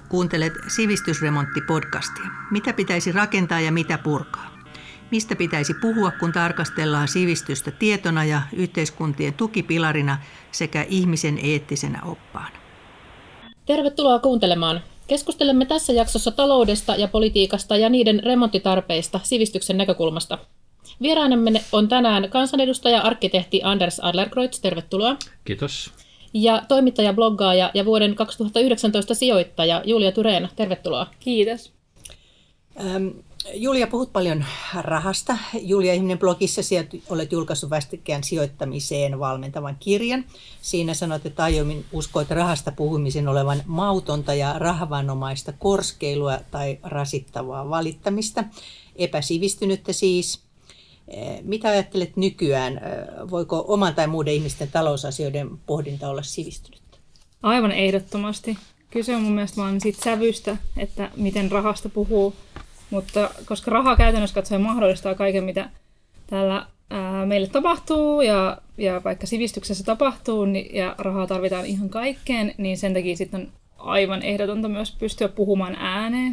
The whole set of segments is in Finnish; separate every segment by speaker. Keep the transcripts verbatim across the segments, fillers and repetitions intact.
Speaker 1: Kuuntelet Sivistysremontti-podcastia. Mitä pitäisi rakentaa ja mitä purkaa? Mistä pitäisi puhua, kun tarkastellaan sivistystä tietona ja yhteiskuntien tukipilarina sekä ihmisen eettisenä oppaana?
Speaker 2: Tervetuloa kuuntelemaan. Keskustelemme tässä jaksossa taloudesta ja politiikasta ja niiden remonttitarpeista sivistyksen näkökulmasta. Vieraanamme on tänään kansanedustaja, arkkitehti Anders Adlercreutz. Tervetuloa.
Speaker 3: Kiitos.
Speaker 2: Ja toimittaja, bloggaaja ja vuoden kaksituhattayhdeksäntoista sijoittaja Julia Thyrén. Tervetuloa.
Speaker 4: Kiitos.
Speaker 1: Ähm, Julia, puhut paljon rahasta. Julia Ihminen blogissa olet julkaissut vastikään sijoittamiseen valmentavan kirjan. Siinä sanot, että aiemmin uskoit rahasta puhumisen olevan mautonta ja rahvanomaista korskeilua tai rasittavaa valittamista. Epäsivistynyttä siis. Mitä ajattelet nykyään? Voiko oman tai muiden ihmisten talousasioiden pohdinta olla sivistynyttä?
Speaker 4: Aivan ehdottomasti. Kyse on mun mielestä vaan siitä sävystä, että miten rahasta puhuu. Mutta koska raha käytännössä katsoen mahdollistaa kaiken, mitä täällä ää, meille tapahtuu ja, ja vaikka sivistyksessä tapahtuu niin, ja rahaa tarvitaan ihan kaikkeen, niin sen takia sitten on aivan ehdotonta myös pystyä puhumaan ääneen.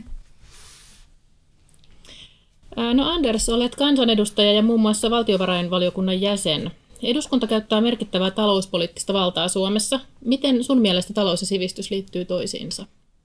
Speaker 2: No Anders, olet kansanedustaja ja muun muassa valtiovarainvaliokunnan jäsen. Eduskunta käyttää merkittävää talouspoliittista valtaa Suomessa. Miten sun mielestä talous ja sivistys liittyy toisiinsa?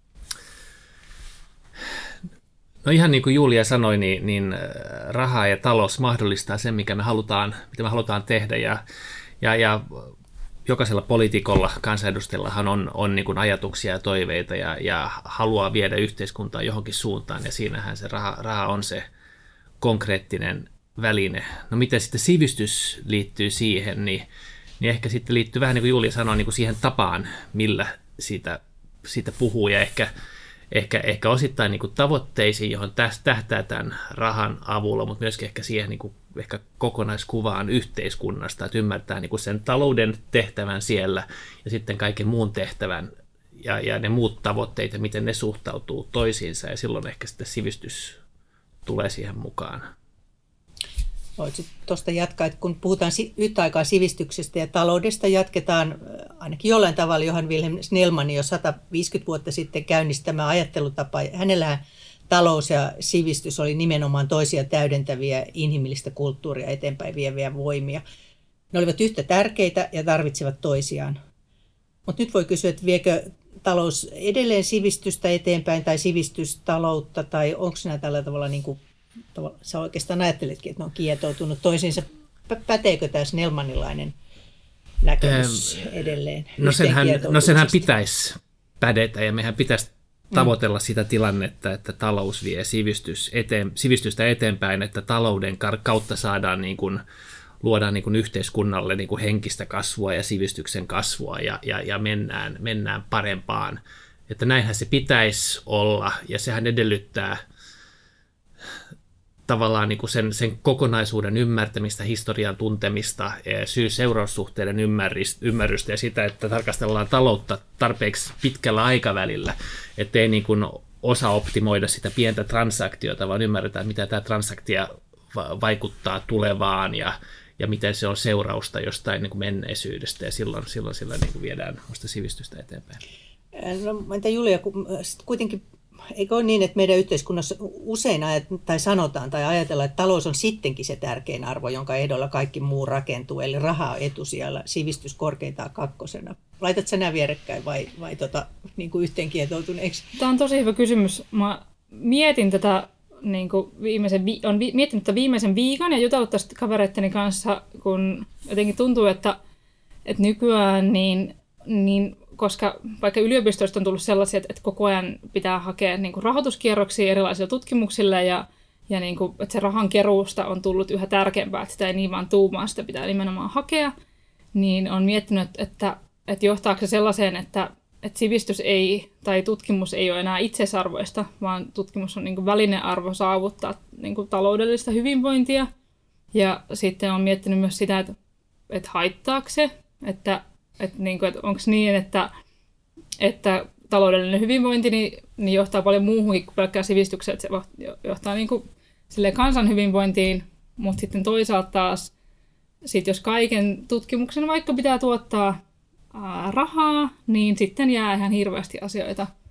Speaker 3: No ihan niin kuin Julia sanoi, niin, niin raha ja talous mahdollistaa sen, mikä me halutaan, mitä me halutaan tehdä. Ja, ja, ja jokaisella poliitikolla, kansanedustajallahan on, on niin kuin ajatuksia ja toiveita ja, ja haluaa viedä yhteiskuntaa johonkin suuntaan. Ja siinähän se raha, raha on se konkreettinen väline. No miten sitten sivistys liittyy siihen, niin, niin ehkä sitten liittyy vähän niin kuin Julia sanoi, niin kuin siihen tapaan, millä siitä, siitä puhuu ja ehkä, ehkä, ehkä osittain niin kuin tavoitteisiin, johon tähtää tämän rahan avulla, mutta myöskin ehkä siihen niin kuin, ehkä kokonaiskuvaan yhteiskunnasta, että ymmärtää niin kuin sen talouden tehtävän siellä ja sitten kaiken muun tehtävän ja, ja ne muut tavoitteet ja miten ne suhtautuu toisiinsa ja silloin ehkä sitten sivistys tulee siihen mukaan.
Speaker 1: Voitko tuosta jatkaa, että kun puhutaan yhtä aikaa sivistyksestä ja taloudesta, jatketaan ainakin jollain tavalla Johann Wilhelm Snellmanin jo sata viisikymmentä vuotta sitten käynnistämä ajattelutapa. Hänellähän talous ja sivistys oli nimenomaan toisia täydentäviä inhimillistä kulttuuria eteenpäin vieviä voimia. Ne olivat yhtä tärkeitä ja tarvitsivat toisiaan. Mutta nyt voi kysyä, että viekö talous edelleen sivistystä eteenpäin tai sivistystaloutta, tai onko nämä tällä tavalla, niin kuin sä oikeastaan ajatteletkin, että ne on kietoutunut toisiinsa. Päteekö tämä snellmanilainen näkemys ähm, edelleen?
Speaker 3: No senhän, no senhän pitäisi pädetä, ja mehän pitäisi tavoitella mm. sitä tilannetta, että talous vie sivistys eteen, sivistystä eteenpäin, että talouden kautta saadaan niin kuin luodaan niin kuin yhteiskunnalle niin kuin henkistä kasvua ja sivistyksen kasvua ja, ja, ja mennään, mennään parempaan. Että näinhän se pitäisi olla ja sehän edellyttää tavallaan niin kuin sen, sen kokonaisuuden ymmärtämistä, historian tuntemista, syy-seuraussuhteiden ymmärrystä ja sitä, että tarkastellaan taloutta tarpeeksi pitkällä aikavälillä, ettei niin kuin osa optimoida sitä pientä transaktiota, vaan ymmärretään, mitä tämä transaktio vaikuttaa tulevaan ja ja miten se on seurausta jostain niin kuin menneisyydestä, ja silloin, silloin sillä niin kuin viedään musta sivistystä eteenpäin.
Speaker 1: No, entä Julia, kuitenkin eikö ole niin, että meidän yhteiskunnassa usein ajat, tai sanotaan tai ajatellaan, että talous on sittenkin se tärkein arvo, jonka ehdolla kaikki muu rakentuu, eli raha on etusijalla, sivistys korkeintaan kakkosena. Laitat sä nämä vierekkäin vai, vai tota, niin kuin yhteen kietoutuneeksi?
Speaker 4: Tämä on tosi hyvä kysymys. Mä mietin tätä niin kuin viimeisen, on miettinyt tätä viimeisen viikon ja jutellut tästä kavereitteni kanssa, kun jotenkin tuntuu, että, että nykyään, niin, niin, koska vaikka yliopistoista on tullut sellaisia, että, että koko ajan pitää hakea niin kuin rahoituskierroksia erilaisilla tutkimuksilla ja, ja niin kuin, että se rahan keruusta on tullut yhä tärkeämpää, että sitä ei niin vaan tuumaa, sitä pitää nimenomaan hakea, niin on miettinyt, että, että johtaako se sellaiseen, että että sivistys ei, tai tutkimus ei ole enää itseisarvoista, vaan tutkimus on niin kuin välinearvo saavuttaa niin kuin taloudellista hyvinvointia. Ja sitten on miettinyt myös sitä, että, että haittaako se, että, että, niin kuin, että onko niin, että, että taloudellinen hyvinvointi niin, niin johtaa paljon muuhunkin kuin pelkkään sivistykseen, että se johtaa niin kuin kansan hyvinvointiin, mutta sitten toisaalta taas, sit jos kaiken tutkimuksen vaikka pitää tuottaa ää, rahaa, niin sitten jää ihan hirveästi asioita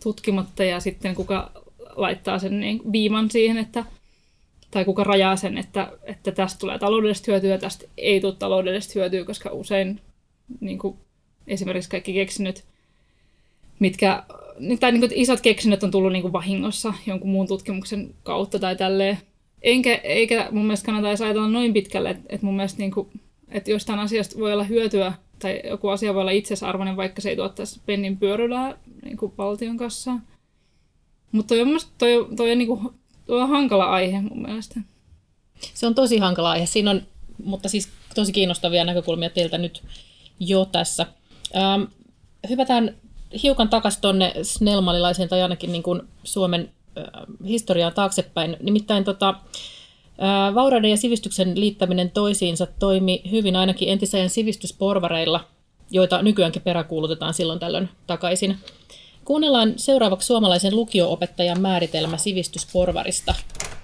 Speaker 4: tutkimatta ja sitten kuka laittaa sen niin viiman siihen, että, tai kuka rajaa sen, että, että tästä tulee taloudellista hyötyä ja tästä ei tule taloudellista hyötyä, koska usein niin kuin esimerkiksi kaikki keksinnöt, mitkä, tai niin kuin isot keksinnöt on tullut niin kuin vahingossa jonkun muun tutkimuksen kautta tai tälleen. Enkä, eikä mun mielestä kannata edes ajatella noin pitkälle, että, että mun mielestä niin kuin, että jostain asiasta voi olla hyötyä, tai joku asia voi olla itsesarvoinen, vaikka se ei tuottaisi pennin pyörylää niin kuin valtion kassaan. Mutta toi, toi, toi, on, niin kuin, toi on hankala aihe mun mielestä.
Speaker 2: Se on tosi hankala aihe. Siinä on, mutta siis tosi kiinnostavia näkökulmia teiltä nyt jo tässä. Ähm, hypätään hiukan takaisin tuonne snellmanilaiseen tai ainakin niin kuin Suomen äh, historiaan taaksepäin. Nimittäin tota, äh, vaurauden ja sivistyksen liittäminen toisiinsa toimi hyvin ainakin entisajan sivistysporvareilla, joita nykyäänkin peräkuulutetaan silloin tällöin takaisin. Kuunnellaan seuraavaksi suomalaisen lukio-opettajan määritelmä sivistysporvarista.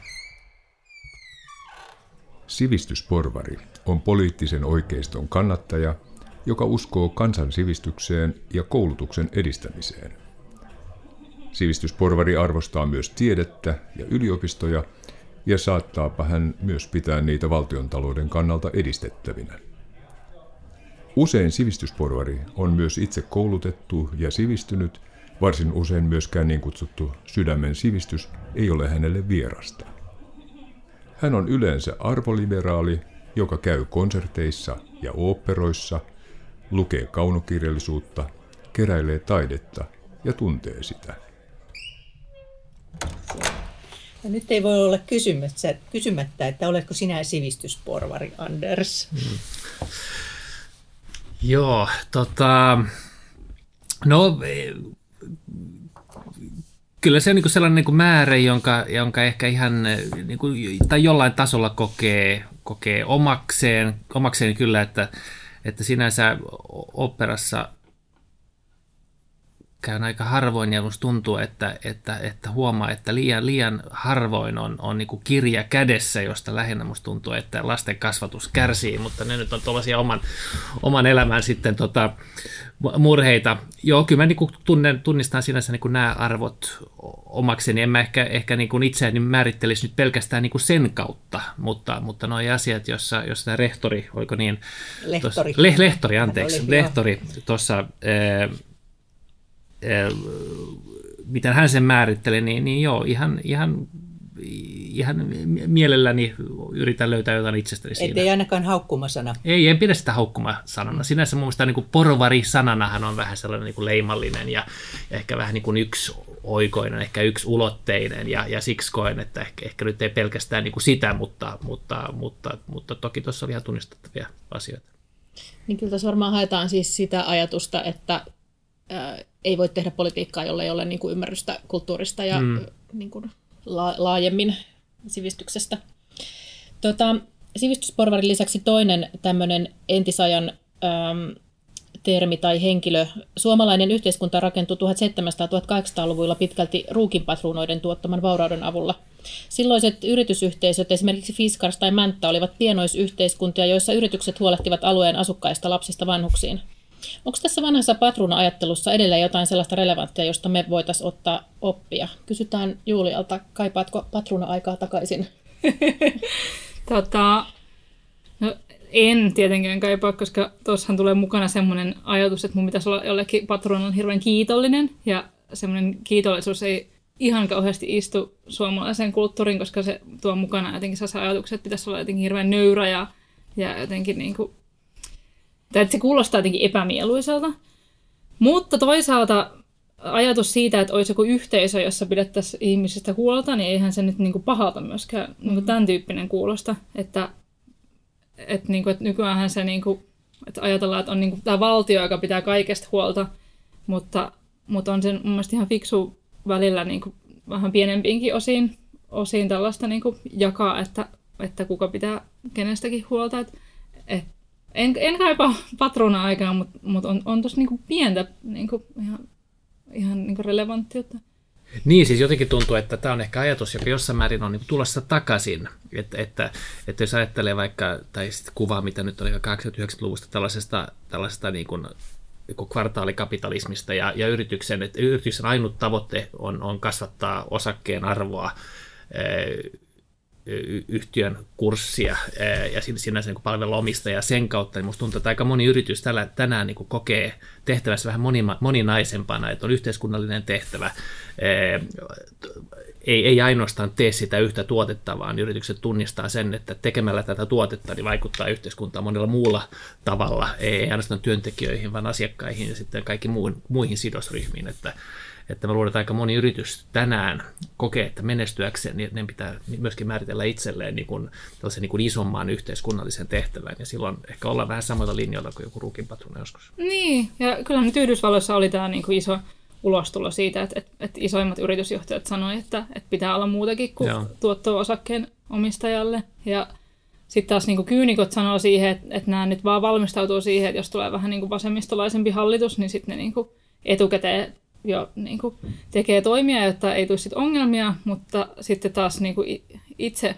Speaker 5: Sivistysporvari on poliittisen oikeiston kannattaja, joka uskoo kansan sivistykseen ja koulutuksen edistämiseen. Sivistysporvari arvostaa myös tiedettä ja yliopistoja, ja saattaapa hän myös pitää niitä valtiontalouden kannalta edistettävinä. Usein sivistysporvari on myös itse koulutettu ja sivistynyt, varsin usein myöskään niin kutsuttu sydämen sivistys ei ole hänelle vierasta. Hän on yleensä arvoliberaali, joka käy konserteissa ja oopperoissa, lukee kaunokirjallisuutta, keräilee taidetta ja tuntee sitä.
Speaker 1: Ja nyt ei voi olla kysymättä, kysymättä että oletko sinä sivistysporvari, Anders? Hmm.
Speaker 3: Joo, tota, no kyllä se on niin sellainen niin määrä, jonka, jonka ehkä ihan niin kuin, tai jollain tasolla kokee, kokee omakseen, omakseen kyllä, että, että sinänsä oopperassa käyn aika harvoin ja musta tuntuu, että, että, että huomaa, että liian, liian harvoin on, on niin kuin kirja kädessä, josta lähinnä musta tuntuu, että lasten kasvatus kärsii, mutta ne nyt on tuollaisia oman, oman elämän sitten tota, murheita. Joo, kyllä mä niin kuin tunnen, tunnistan sinänsä niin kuin nämä arvot omakseni. En mä ehkä, ehkä niin kuin itseäni määrittelisi nyt pelkästään niin kuin sen kautta, mutta, mutta nuo asiat, jossa, jossa tämä rehtori, oliko niin?
Speaker 1: Lehtori.
Speaker 3: Tossa, le, lehtori, anteeksi. Oli, lehtori tuossa... miten hän sen määritteli, niin, niin joo, ihan, ihan, ihan mielelläni yritän löytää jotain itsestäni siinä.
Speaker 1: Ettei ainakaan haukkumasana.
Speaker 3: Ei, en pidä sitä haukkumasanana. Sinänsä mun mielestä niin porvari-sananahan on vähän sellainen niin kuin leimallinen ja, ja ehkä vähän niin kuin yksi oikoinen, ehkä yksi ulotteinen ja, ja siksi koen, että ehkä, ehkä nyt ei pelkästään niin kuin sitä, mutta, mutta, mutta, mutta toki tuossa oli ihan tunnistettavia asioita.
Speaker 2: Niin kyllä tässä varmaan haetaan siis sitä ajatusta, että ei voi tehdä politiikkaa, jolla ei ole niin kuin ymmärrystä kulttuurista ja mm. niin kuin la- laajemmin sivistyksestä. Tota, sivistysporvarin lisäksi toinen tämmöinen entisajan äm, termi tai henkilö. Suomalainen yhteiskunta rakentui tuhatseitsemänsataatuhatkahdeksansataaluvuilla pitkälti ruukinpatruunoiden tuottaman vaurauden avulla. Silloiset yritysyhteisöt, esimerkiksi Fiskars tai Mänttä, olivat pienoisyhteiskuntia, joissa yritykset huolehtivat alueen asukkaista lapsista vanhuksiin. Onko tässä vanhassa patruuna-ajattelussa edelleen jotain sellaista relevanttia, josta me voitaisiin ottaa oppia? Kysytään Julialta, kaipaatko patruuna-aikaa takaisin?
Speaker 4: tota, no, en tietenkään kaipaa, koska tuossahan tulee mukana semmoinen ajatus, että mun pitäisi olla jollekin patruunan hirveän kiitollinen. Ja semmoinen kiitollisuus ei ihan kauheasti istu suomalaiseen kulttuuriin, koska se tuo mukana jotenkin sellaisia ajatuksia, että pitäisi olla jotenkin hirveän nöyrä ja, ja jotenkin niin kuin tai että se kuulostaa jotenkin epämieluiselta. Mutta toisaalta ajatus siitä, että olisi joku yhteisö, jossa pidettäisiin ihmisistä huolta, niin eihän se nyt niin kuin pahalta myöskään niin kuin tämän tyyppinen kuulosta. Että, että, niin kuin, että nykyäänhän se, niin kuin, että ajatellaan, että on niin kuin tämä valtio, joka pitää kaikesta huolta, mutta, mutta on se mun mielestä ihan fiksu välillä niin kuin vähän pienempiinkin osiin, osiin tällaista niin kuin jakaa, että, että kuka pitää kenestäkin huolta. Että, että En, en kaipaa patruuna-aikaa, mutta, mutta on, on tuossa niinku pientä niinku ihan, ihan niinku relevanttiutta.
Speaker 3: Niin, siis jotenkin tuntuu, että tämä on ehkä ajatus, joka jossain määrin on niinku tulossa takaisin. Että, että, että jos ajattelee vaikka, tai sitten kuvaa, mitä nyt oli kahdeksankymmentä-yhdeksänkymmentäluvusta tällaisesta, tällaisesta niinku kvartaalikapitalismista ja, ja yrityksen, että yrityksen ainut tavoite on, on kasvattaa osakkeen arvoa, yhtiön kurssia ja sinänsä niin palvella omistajaa sen kautta, niin minusta tuntuu, että aika moni yritys tällä, tänään niin kokee tehtävässä vähän monima, moninaisempana, että on yhteiskunnallinen tehtävä, ei, ei ainoastaan tee sitä yhtä tuotetta, vaan yritykset tunnistaa sen, että tekemällä tätä tuotetta niin vaikuttaa yhteiskuntaan monella muulla tavalla, ei ainoastaan työntekijöihin, vaan asiakkaihin ja sitten kaikki muihin sidosryhmiin, että Että mä luulen, että aika moni yritys tänään kokee, että menestyäkseen niin ne pitää myöskin määritellä itselleen niin kuin, tällaisen niin kuin isomman yhteiskunnallisen tehtävän. Ja silloin ehkä ollaan vähän samoilla linjoilla kuin joku Ruukinpatruna joskus.
Speaker 4: Niin, ja kyllä nyt Yhdysvalloissa oli tämä niin kuin iso ulostulo siitä, että, että, että isoimmat yritysjohtajat sanoivat, että, että pitää olla muutakin kuin Joo. tuottoa osakkeen omistajalle. Ja sitten taas niin kuin kyynikot sanoo siihen, että, että nämä nyt vaan valmistautuu siihen, että jos tulee vähän niin kuin vasemmistolaisempi hallitus, niin sitten ne niin kuin etukäteen jo niin kuin tekee toimia, jotta ei tule sit ongelmia, mutta sitten taas niin kuin itse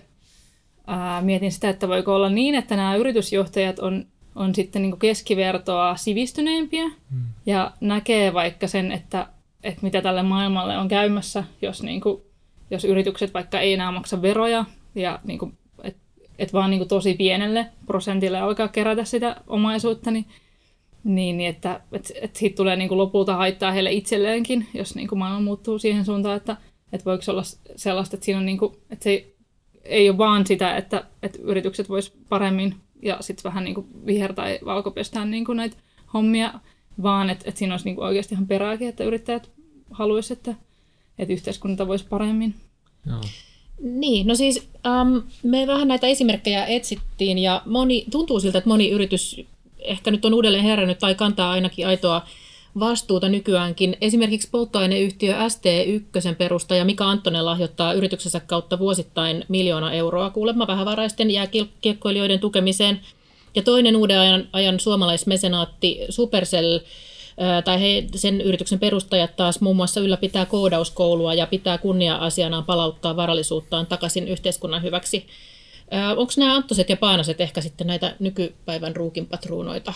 Speaker 4: ää, mietin sitä, että voiko olla niin, että nämä yritysjohtajat on, on sitten niin kuin keskivertoa sivistyneempiä hmm. ja näkee vaikka sen, että, että mitä tälle maailmalle on käymässä, jos, niin kuin, jos yritykset vaikka ei enää maksa veroja ja niin kuin, et, et vaan niin kuin tosi pienelle prosentille alkaa kerätä sitä omaisuutta, niin Niin, niin että, että, että siitä tulee niin kuin lopulta haittaa heille itselleenkin, jos niin kuin maailma muuttuu siihen suuntaan, että, että voiko se olla sellaista, että, siinä on niin kuin, että se ei, ei ole vaan sitä, että, että yritykset vois paremmin ja sitten vähän niin kuin viher- tai valkopestään niin kuin näitä hommia, vaan että, että siinä olisi niin kuin oikeasti ihan perääkin, että yrittäjät haluaisivat, että, että yhteiskunta voisi paremmin.
Speaker 3: Joo.
Speaker 2: Niin, no siis ähm, me vähän näitä esimerkkejä etsittiin ja moni, tuntuu siltä, että moni yritys ehkä nyt on uudelleen herännyt tai kantaa ainakin aitoa vastuuta nykyäänkin. Esimerkiksi polttoaineyhtiö S T yksi perustaja Mika Anttonen lahjoittaa yrityksensä kautta vuosittain miljoona euroa kuulemma vähävaraisten jääkiekkoilijoiden tukemiseen. Ja toinen uuden ajan, ajan suomalaismesenaatti Supercell, tai he, sen yrityksen perustajat taas muun muassa ylläpitää koodauskoulua ja pitää kunnia-asianaan palauttaa varallisuuttaan takaisin yhteiskunnan hyväksi. Onko nämä Anttoset ja Paanaset ehkä sitten näitä nykypäivän Ruukinpatruunoita?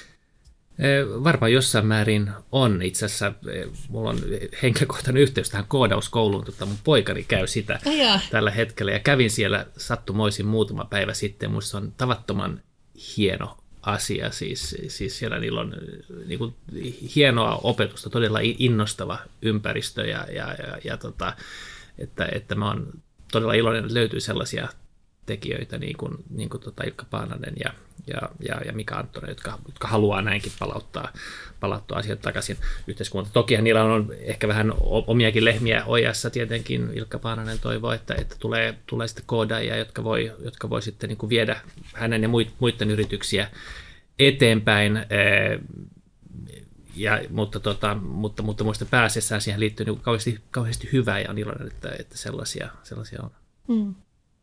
Speaker 3: Varmaan jossain määrin on. Itse asiassa mulla on henkilökohtainen yhteys tähän koodauskouluun. Tota mun poikani käy sitä Ajaa. tällä hetkellä ja kävin siellä sattumoisin muutama päivä sitten. Minusta on tavattoman hieno asia. Siis, siis siellä niillä on niin kuin, hienoa opetusta, todella innostava ympäristö ja, ja, ja, ja tota, että, että mä oon todella iloinen, että löytyy sellaisia tekijöitä, niin kuin, niin kuin tota Ilkka Paananen ja, ja, ja, ja Mika Anttonen, jotka, jotka haluaa näinkin palauttaa, palauttaa asiat takaisin yhteiskuntaan. Tokihan niillä on ehkä vähän omiakin lehmiä ojassa tietenkin. Ilkka Paananen toivoo, että, että tulee, tulee sitten koodaajia, jotka voi, jotka voi sitten niin kuin viedä hänen ja muiden yrityksiä eteenpäin. Ja, mutta, tota, mutta, mutta muista pääsessään siihen liittyy niin kauheasti, kauheasti hyvää ja on iloinen, että, että sellaisia, sellaisia on.
Speaker 2: Mm.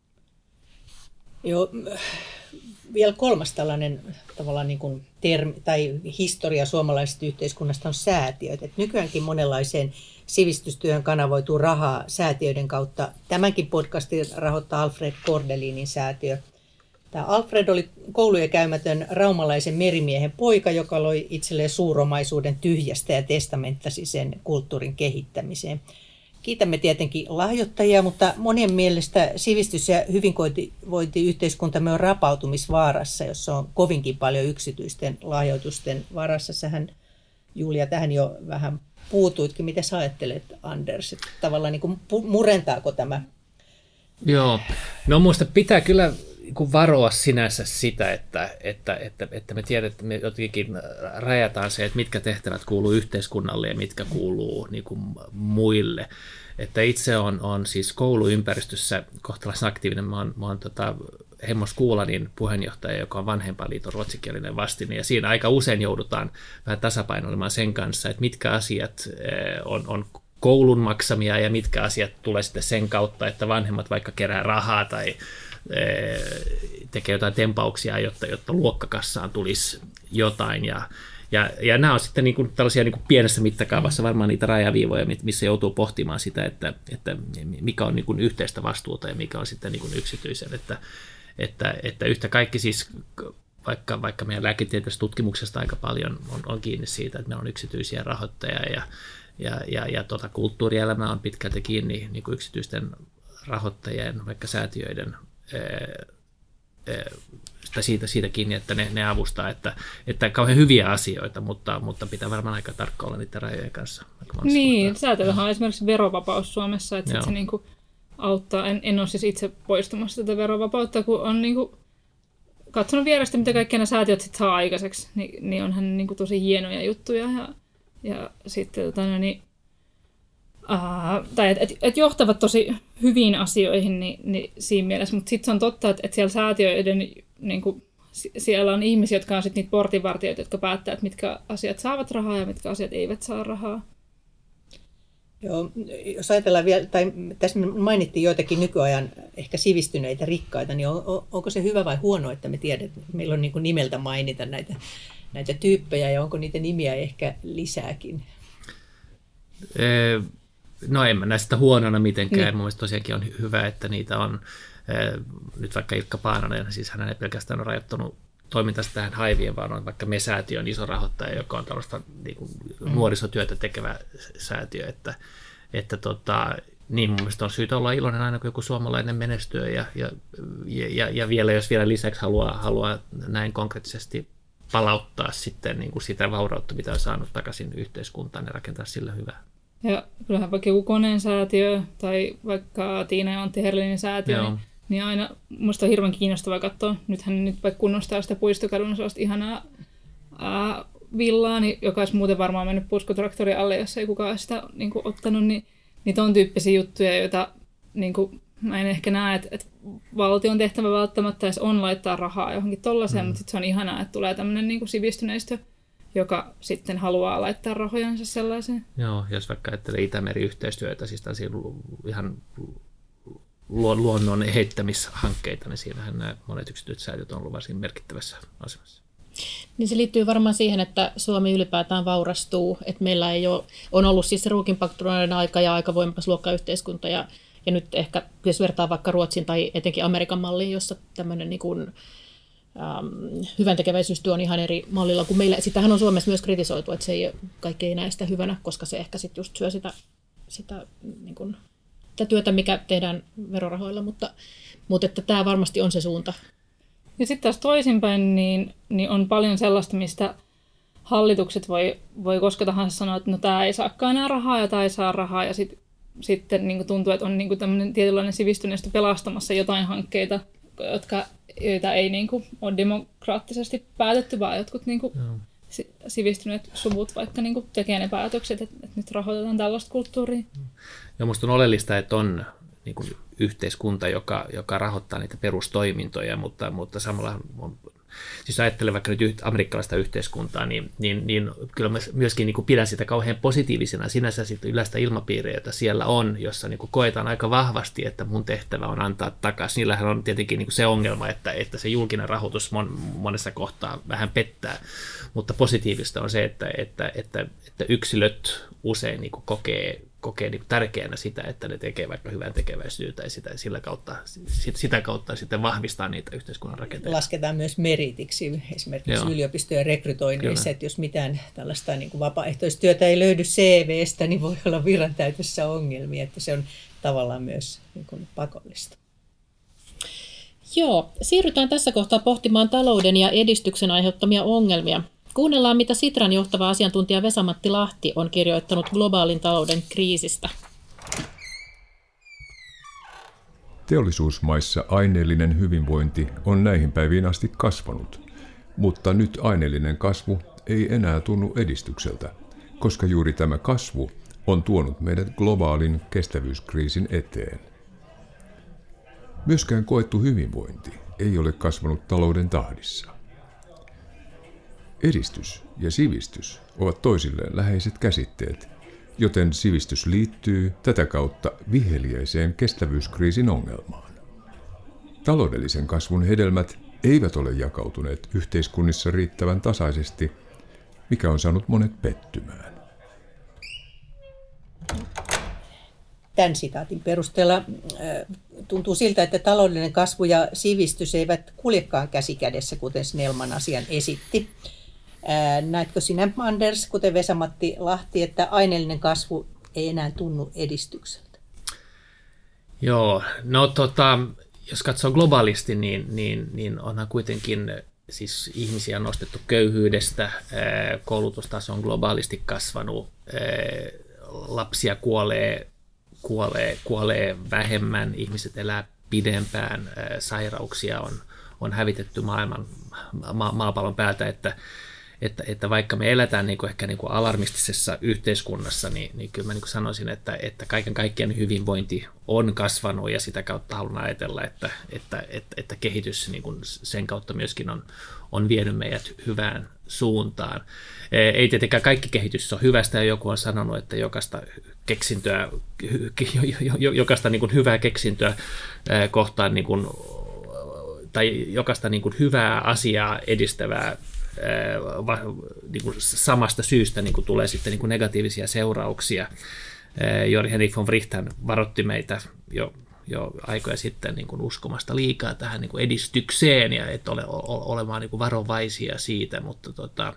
Speaker 1: Joo, vielä kolmas tällainen tavallaan niin kuin termi, tai historia suomalaisesta yhteiskunnasta on säätiöt. Et nykyäänkin monenlaiseen sivistystyöhön kanavoituu rahaa säätiöiden kautta. Tämänkin podcastin rahoittaa Alfred Kordelinin säätiö. Tämä Alfred oli kouluja käymätön raumalaisen merimiehen poika, joka loi itselleen suuromaisuuden tyhjästä ja testamenttasi sen kulttuurin kehittämiseen. Kiitämme tietenkin lahjoittajia, mutta monien mielestä sivistys- ja hyvinvointiyhteiskuntamme on rapautumisvaarassa, jossa on kovinkin paljon yksityisten lahjoitusten varassa. Sähän, Julia, tähän jo vähän puutuitkin. Mitä sä ajattelet, Anders? Että tavallaan niin kuin murentaako tämä?
Speaker 3: Joo, no minusta pitää kyllä varoa sinänsä sitä, että, että, että, että me tiedetään, että me jotenkin rajataan se, että mitkä tehtävät kuuluu yhteiskunnalle ja mitkä kuuluu niin kuin muille. Että itse on, on siis kouluympäristössä kohtalaisen aktiivinen. Mä oon, mä oon tota Hemmos Kuulanin puheenjohtaja, joka on Vanhempainliiton ruotsikielinen vastine, ja siinä aika usein joudutaan vähän tasapainoilemaan sen kanssa, että mitkä asiat on, on koulun maksamia ja mitkä asiat tulee sitten sen kautta, että vanhemmat vaikka kerää rahaa tai tekee jotain tempauksia, jotta, jotta luokkakassaan tulisi jotain. Ja, ja, ja nämä on sitten niin kuin tällaisia niin kuin pienessä mittakaavassa varmaan niitä rajaviivoja, missä joutuu pohtimaan sitä, että, että mikä on niin kuin yhteistä vastuuta ja mikä on sitten niin kuin yksityisen. Että, että, että yhtä kaikki siis vaikka, vaikka meidän lääketieteellisestä tutkimuksesta aika paljon on, on kiinni siitä, että meillä on yksityisiä rahoittajia ja, ja, ja, ja tota, kulttuurielämä on pitkälti kiinni niin kuin yksityisten rahoittajien, vaikka säätiöiden ää, ää, siitä, siitä kiinni, että ne, ne avustaa, että, että kauhean hyviä asioita, mutta, mutta pitää varmaan aika tarkka olla niiden rajojen kanssa.
Speaker 4: Niin, säätiöillähän on esimerkiksi verovapaus Suomessa, että sit se niin kuin auttaa. En, en ole siis itse poistumassa tätä verovapautta, kun on niin kuin katsonut vierestä, mitä kaikki nämä säätiöt sit saa aikaiseksi, niin, niin onhan niin kuin tosi hienoja juttuja. Ja, ja sitten tota, no, niin, uh, tai että et, et johtavat tosi hyviin asioihin niin, niin siinä mielessä, mutta sitten se on totta, että, että siellä säätiöiden, niin kuin, siellä on ihmisiä, jotka on sitten niitä portinvartijoita, jotka päättää, että mitkä asiat saavat rahaa ja mitkä asiat eivät saa rahaa.
Speaker 1: Joo, jos ajatellaan vielä, tai tässä mainittiin joitakin nykyajan ehkä sivistyneitä rikkaita, niin on, on, onko se hyvä vai huono, että me tiedät, että meillä on niin kuin nimeltä mainita näitä, näitä tyyppejä, ja onko niitä nimiä ehkä lisääkin?
Speaker 3: No en mä näe sitä huonona mitenkään. Niin. Mun mielestä tosiaankin on hyvä, että niitä on. Nyt vaikka Ilkka Paananen, siis hän ei pelkästään ole rajoittanut toimintansa tähän Haivien, vaan on vaikka Me-säätiö on iso rahoittaja, joka on tällaista niin kuin mm. nuorisotyötä tekevä säätiö, että, että tota, niin mun mielestä on syytä olla iloinen aina, kun joku suomalainen menestyy, ja, ja, ja, ja vielä, jos vielä lisäksi haluaa, haluaa näin konkreettisesti palauttaa sitten niin kuin sitä vaurautta, mitä on saanut takaisin yhteiskuntaan, ja rakentaa sillä hyvää. Ja
Speaker 4: kyllähän vaikka joku Koneen säätiö tai vaikka Tiina ja Antti Herlinin säätiö, niin, niin aina musta on hirveän kiinnostavaa katsoa. Nythän nyt vaikka kunnostaa sitä Puistokadun sellaista ihanaa ää, villaa, niin, joka olisi muuten varmaan mennyt puskotraktorin alle, jos ei kukaan sitä niin kuin, ottanut. Niin, niin ton tyyppisiä juttuja, joita niin kuin, mä en ehkä näe, että, että valtion tehtävä välttämättä edes on laittaa rahaa johonkin tollaiseen, mm. mutta sitten se on ihanaa, että tulee tämmöinen niin kuin sivistyneistö, joka sitten haluaa laittaa rahojansa sellaiseen.
Speaker 3: Joo, jos vaikka ajattelee Itämeri-yhteistyötä, siis ihan luonnon heittämishankkeita, niin siinähän nämä monet yksityiset säätiöt on ollut varsin merkittävässä asemassa.
Speaker 2: Niin se liittyy varmaan siihen, että Suomi ylipäätään vaurastuu, että meillä ei ole, on ollut siis se ruukinpaktoroiden aika ja aika voimakas luokkayhteiskunta, ja, ja nyt ehkä, jos vertaa vaikka Ruotsin tai etenkin Amerikan malliin, jossa tämmöinen niin kuin Ähm, hyvän tekeväisyystyö on ihan eri mallilla kuin meillä. Sitähän on Suomessa myös kritisoitu, että se ei, kaikki ei näe sitä hyvänä, koska se ehkä sit just syö sitä, sitä, niin kuin, sitä työtä, mikä tehdään verorahoilla, mutta, mutta että tämä varmasti on se suunta.
Speaker 4: Ja sitten taas toisinpäin, niin, niin on paljon sellaista, mistä hallitukset voi, voi koska tahansa sanoa, että no tämä ei saakaan enää rahaa ja tämä ei saa rahaa, ja sit, sitten niin kuin tuntuu, että on niin kuin tämmöinen tietynlainen sivistyneistö pelastamassa jotain hankkeita, jotka joita ei niin kuin, ole demokraattisesti päätetty, vaan jotkut niin kuin, no. sivistyneet suvut vaikka niin kuin, tekee ne päätökset, että, että nyt rahoitetaan tällaista kulttuuria.
Speaker 3: Ja minusta on oleellista, että on niin kuin, yhteiskunta, joka, joka rahoittaa niitä perustoimintoja, mutta, mutta samalla on, siis ajattelen vaikka nyt amerikkalaista yhteiskuntaa, niin, niin, niin kyllä mä myöskin niin kuin pidän sitä kauhean positiivisena sinänsä sitä yleistä ilmapiiriä, jota siellä on, jossa niin kuin koetaan aika vahvasti, että mun tehtävä on antaa takaisin. Niillähän on tietenkin niin kuin se ongelma, että, että se julkinen rahoitus mon, monessa kohtaa vähän pettää, mutta positiivista on se, että, että, että, että yksilöt usein niin kuin kokee, kokee niin kuin tärkeänä sitä, että ne tekee vaikka hyvän tekeväisyyttä ja sitä, sillä kautta, sitä kautta sitten vahvistaa niitä yhteiskunnan rakenteita.
Speaker 1: Lasketaan myös meritiksi esimerkiksi Joo. yliopistojen rekrytoinneissa, Kyllä. että jos mitään tällaista niin kuin vapaaehtoistyötä ei löydy C V:stä, niin voi olla virantäytössä ongelmia, että se on tavallaan myös niin kuin pakollista.
Speaker 2: Joo, siirrytään tässä kohtaa pohtimaan talouden ja edistyksen aiheuttamia ongelmia. Kuunnellaan, mitä Sitran johtava asiantuntija Vesa-Matti Lahti on kirjoittanut globaalin talouden kriisistä.
Speaker 5: Teollisuusmaissa aineellinen hyvinvointi on näihin päiviin asti kasvanut, mutta nyt aineellinen kasvu ei enää tunnu edistykseltä, koska juuri tämä kasvu on tuonut meidät globaalin kestävyyskriisin eteen. Myöskään koettu hyvinvointi ei ole kasvanut talouden tahdissa. Edistys ja sivistys ovat toisilleen läheiset käsitteet, joten sivistys liittyy tätä kautta viheliäiseen kestävyyskriisin ongelmaan. Taloudellisen kasvun hedelmät eivät ole jakautuneet yhteiskunnissa riittävän tasaisesti, mikä on saanut monet pettymään.
Speaker 1: Tämän sitaatin perusteella tuntuu siltä, että taloudellinen kasvu ja sivistys eivät kuljekaan käsi kädessä, kuten Snellman asian esitti. Ää, näetkö sinä, Anders, kuten Vesa-Matti Lahti, että aineellinen kasvu ei enää tunnu edistykseltä?
Speaker 3: Joo, no tota, jos katsoo globaalisti, niin, niin, niin onhan kuitenkin siis ihmisiä on nostettu köyhyydestä, koulutustaso on globaalisti kasvanut, lapsia kuolee, kuolee, kuolee vähemmän, ihmiset elää pidempään, sairauksia on, on hävitetty maailman, ma, maapallon päältä, että, että, että vaikka me eletään niin kuin ehkä niin kuin alarmistisessa yhteiskunnassa, niin, niin kyllä mä niin kuin sanoisin, että, että kaiken kaikkiaan hyvinvointi on kasvanut ja sitä kautta haluan ajatella, että, että, että, että kehitys niin kuin sen kautta myöskin on, on vienyt meidät hyvään suuntaan. Ei tietenkään kaikki kehitys on hyvästä ja joku on sanonut, että jokaista keksintöä, jokaista niin kuin hyvää keksintöä kohtaan niin kuin, tai jokaista niin kuin hyvää asiaa edistävää niin kuin samasta syystä niin kuin tulee sitten niin kuin negatiivisia seurauksia. Jori Henrik von Wright varoitti meitä jo, jo aikoja sitten niin kuin uskomasta liikaa tähän niin kuin edistykseen ja että ole, olemaan niin kuin varovaisia siitä, mutta tota,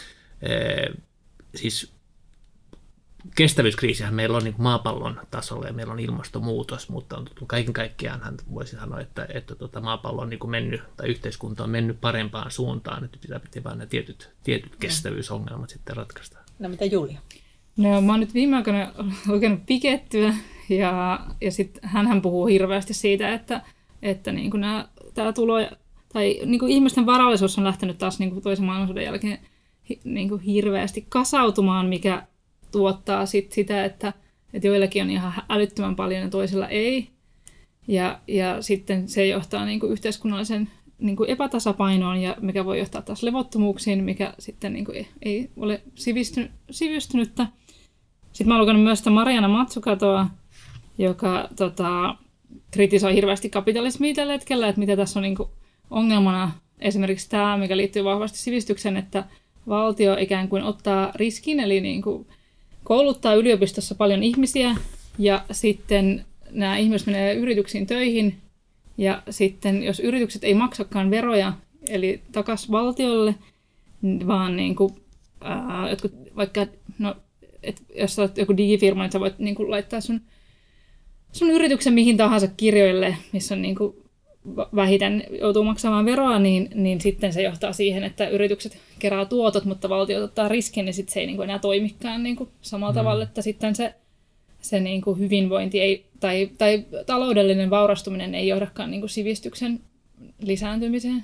Speaker 3: siis kestävyyskriisihän meillä on niin kuin maapallon tasolla ja meillä on ilmastonmuutos, mutta kaiken kaikkiaan voisi sanoa, että, että tota maapallo on niin kuin mennyt, tai yhteiskunta on mennyt parempaan suuntaan, että pitää, pitää vain ne tietyt, tietyt kestävyysongelmat sitten ratkaista.
Speaker 1: No mitä Julia?
Speaker 4: No mä oon nyt viime aikoina lukenut Pikettyä, ja, ja sitten hänhän puhuu hirveästi siitä, että, että niin kuin nämä, tää tulo, tai niin kuin ihmisten varallisuus on lähtenyt taas niin kuin toisen maailmansodan jälkeen niin kuin hirveästi kasautumaan, mikä tuottaa sit sitä, että, että joillakin on ihan älyttömän paljon ja toisilla ei. Ja, ja sitten se johtaa niin kuin yhteiskunnallisen niin kuin epätasapainoon, ja mikä voi johtaa taas levottomuuksiin, mikä sitten niin kuin ei, ei ole sivistynyt, sivistynyttä. Sitten mä oon lukenut myös sitä Mariana Matsukatoa, joka tota, kritisoi hirveästi kapitalismia tällä hetkellä, että mitä tässä on niin kuin ongelmana. Esimerkiksi tämä, mikä liittyy vahvasti sivistykseen, että valtio ikään kuin ottaa riskin, eli niin kuin kouluttaa yliopistossa paljon ihmisiä, ja sitten nämä ihmiset menee yrityksiin töihin, ja sitten jos yritykset ei maksakaan veroja, eli takaisin valtiolle, vaan niin kuin, ää, jotkut, vaikka, no, et, jos olet joku digifirma, niin sä voit niin kuin laittaa sun, sun yrityksen mihin tahansa kirjoille, missä on niin kuin vähiten joutuu maksamaan veroa, niin, niin sitten se johtaa siihen, että yritykset kerää tuotot, mutta valtio ottaa riskin, niin sitten se ei niin kuin enää toimikaan niin kuin samalla mm. tavalla, että sitten se, se niin kuin hyvinvointi ei, tai, tai taloudellinen vaurastuminen ei johdakaan niin kuin sivistyksen lisääntymiseen.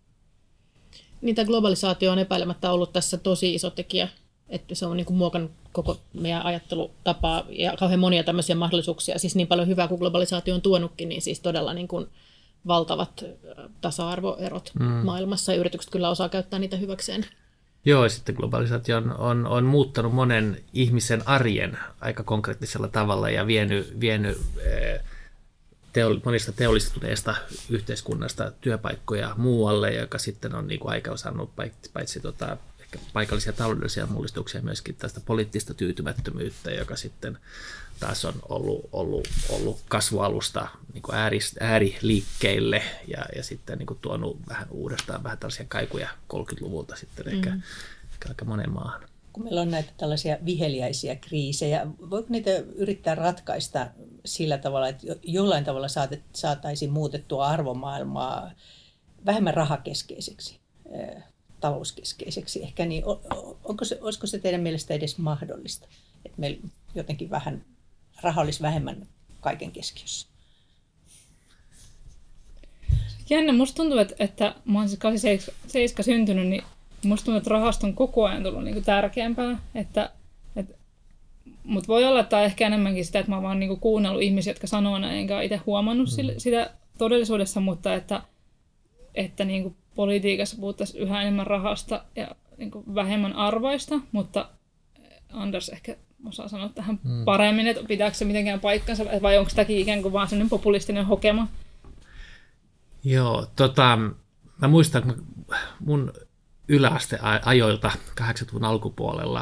Speaker 2: Niin tämä globalisaatio on epäilemättä ollut tässä tosi iso tekijä, että se on niin kuin muokannut koko meidän ajattelutapaa ja kauhean monia tämmöisiä mahdollisuuksia, siis niin paljon hyvää kuin globalisaatio on tuonutkin, niin siis todella niin kuin valtavat tasa-arvoerot mm. maailmassa, ja yritykset kyllä osaa käyttää niitä hyväkseen.
Speaker 3: Joo, ja sitten globalisaatio on, on, on muuttanut monen ihmisen arjen aika konkreettisella tavalla ja vienyt, vienyt teoli, monista teollistuneista yhteiskunnasta työpaikkoja muualle, joka sitten on niin kuin aikaansaanut paitsi, paitsi tota, ehkä paikallisia taloudellisia mullistuksia, myöskin tästä poliittista tyytymättömyyttä, joka sitten taas on ollut, ollut, ollut kasvualusta niin kuin ääris, ääriliikkeille ja, ja sitten niin kuin tuonut vähän uudestaan vähän tällaisia kaikuja kolmekymmentäluvulta sitten ehkä, mm. ehkä aika moneen maahan.
Speaker 1: Kun meillä on näitä tällaisia viheliäisiä kriisejä, voiko niitä yrittää ratkaista sillä tavalla, että jollain tavalla saataisiin muutettua arvomaailmaa vähemmän rahakeskeiseksi, talouskeskeiseksi ehkä, niin onko se, olisiko se teidän mielestä edes mahdollista, että meillä jotenkin vähän raha olisi vähemmän kaiken keskiössä?
Speaker 4: Jännä, musta tuntuu, että, että mä oon siis kahdeksankymmentäseitsemän syntynyt, niin musta tuntuu, että rahasta on koko ajan tullut niin kuin tärkeämpää. Että, että, mutta voi olla, että ehkä enemmänkin sitä, että mä oon vaan niin kuin kuunnellut ihmisiä, jotka sanoo näin, enkä itse huomannut mm. sitä todellisuudessa, mutta että, että niin kuin politiikassa puhuttaisiin yhä enemmän rahasta ja niin kuin vähemmän arvoista, mutta Anders ehkä osaa sanoa tähän mm. paremmin, että pitääkö se mitenkään paikkansa, vai onko sitäkin ikään kuin vaan sellainen populistinen hokema?
Speaker 3: Joo, tota, mä muistan, että mun yläasteajoilta kahdeksankymmentäluvun alkupuolella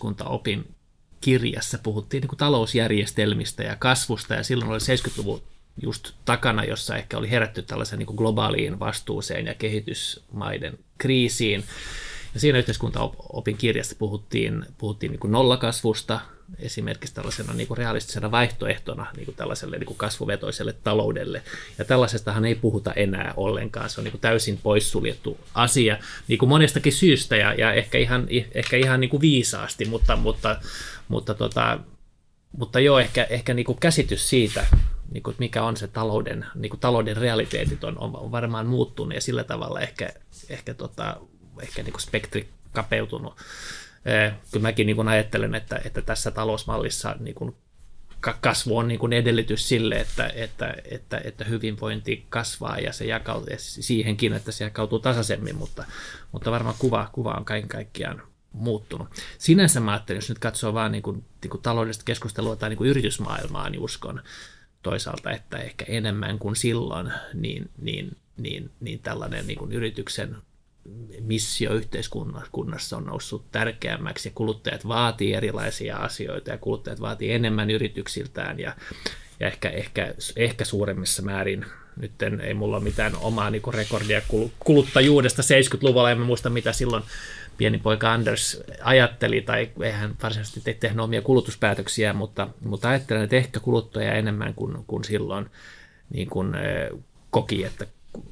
Speaker 3: yhteiskuntaopin kirjassa puhuttiin niin kuin talousjärjestelmistä ja kasvusta, ja silloin oli seitsemänkymmentäluvun just takana, jossa ehkä oli herätty tällaisen niin kuin globaaliin vastuuseen ja kehitysmaiden kriisiin. Ja siinä yhteiskuntaopin kirjassa puhuttiin, puhuttiin niin kuin nollakasvusta, esimerkiksi tällaisena niin kuin realistisena vaihtoehtona niin kuin tällaiselle niin kuin kasvuvetoiselle taloudelle. Ja tällaisestahan ei puhuta enää ollenkaan, se on niin kuin täysin poissuljettu asia niin kuin monestakin syystä ja, ja ehkä ihan, ehkä ihan niin kuin viisaasti, mutta, mutta, mutta, tota, mutta joo, ehkä, ehkä niin kuin käsitys siitä, niin kuin, mikä on se talouden, niin kuin talouden realiteetit on, on varmaan muuttunut ja sillä tavalla ehkä, ehkä, tota, ehkä niin kuin spektri kapeutunut. Kyllä mäkin niin kuin ajattelen, että, että tässä talousmallissa niin kuin kasvu on niin kuin edellytys sille, että, että, että, että hyvinvointi kasvaa ja se jakautuu ja siihenkin, että se jakautuu tasaisemmin, mutta, mutta varmaan kuva, kuva on kaiken kaikkiaan muuttunut. Sinänsä mä ajattelin, jos nyt katsoo vaan niin kuin, niin kuin taloudellista keskustelua tai niin kuin yritysmaailmaa, niin uskon toisaalta, että ehkä enemmän kuin silloin, niin, niin, niin, niin tällainen niin kuin yrityksen missio yhteiskunnassa on noussut tärkeämmäksi ja kuluttajat vaatii erilaisia asioita ja kuluttajat vaatii enemmän yrityksiltään ja, ja ehkä, ehkä, ehkä suuremmissa määrin, nyt en, ei mulla ole mitään omaa niin kuin rekordia kuluttajuudesta seitsemänkymmentäluvulla, en muista mitä silloin pieni poika Anders ajatteli tai eihän varsinaisesti tehnyt omia kulutuspäätöksiä, mutta, mutta ajattelen, että ehkä kuluttaja enemmän kuin, kuin silloin niin kuin, eh, koki, että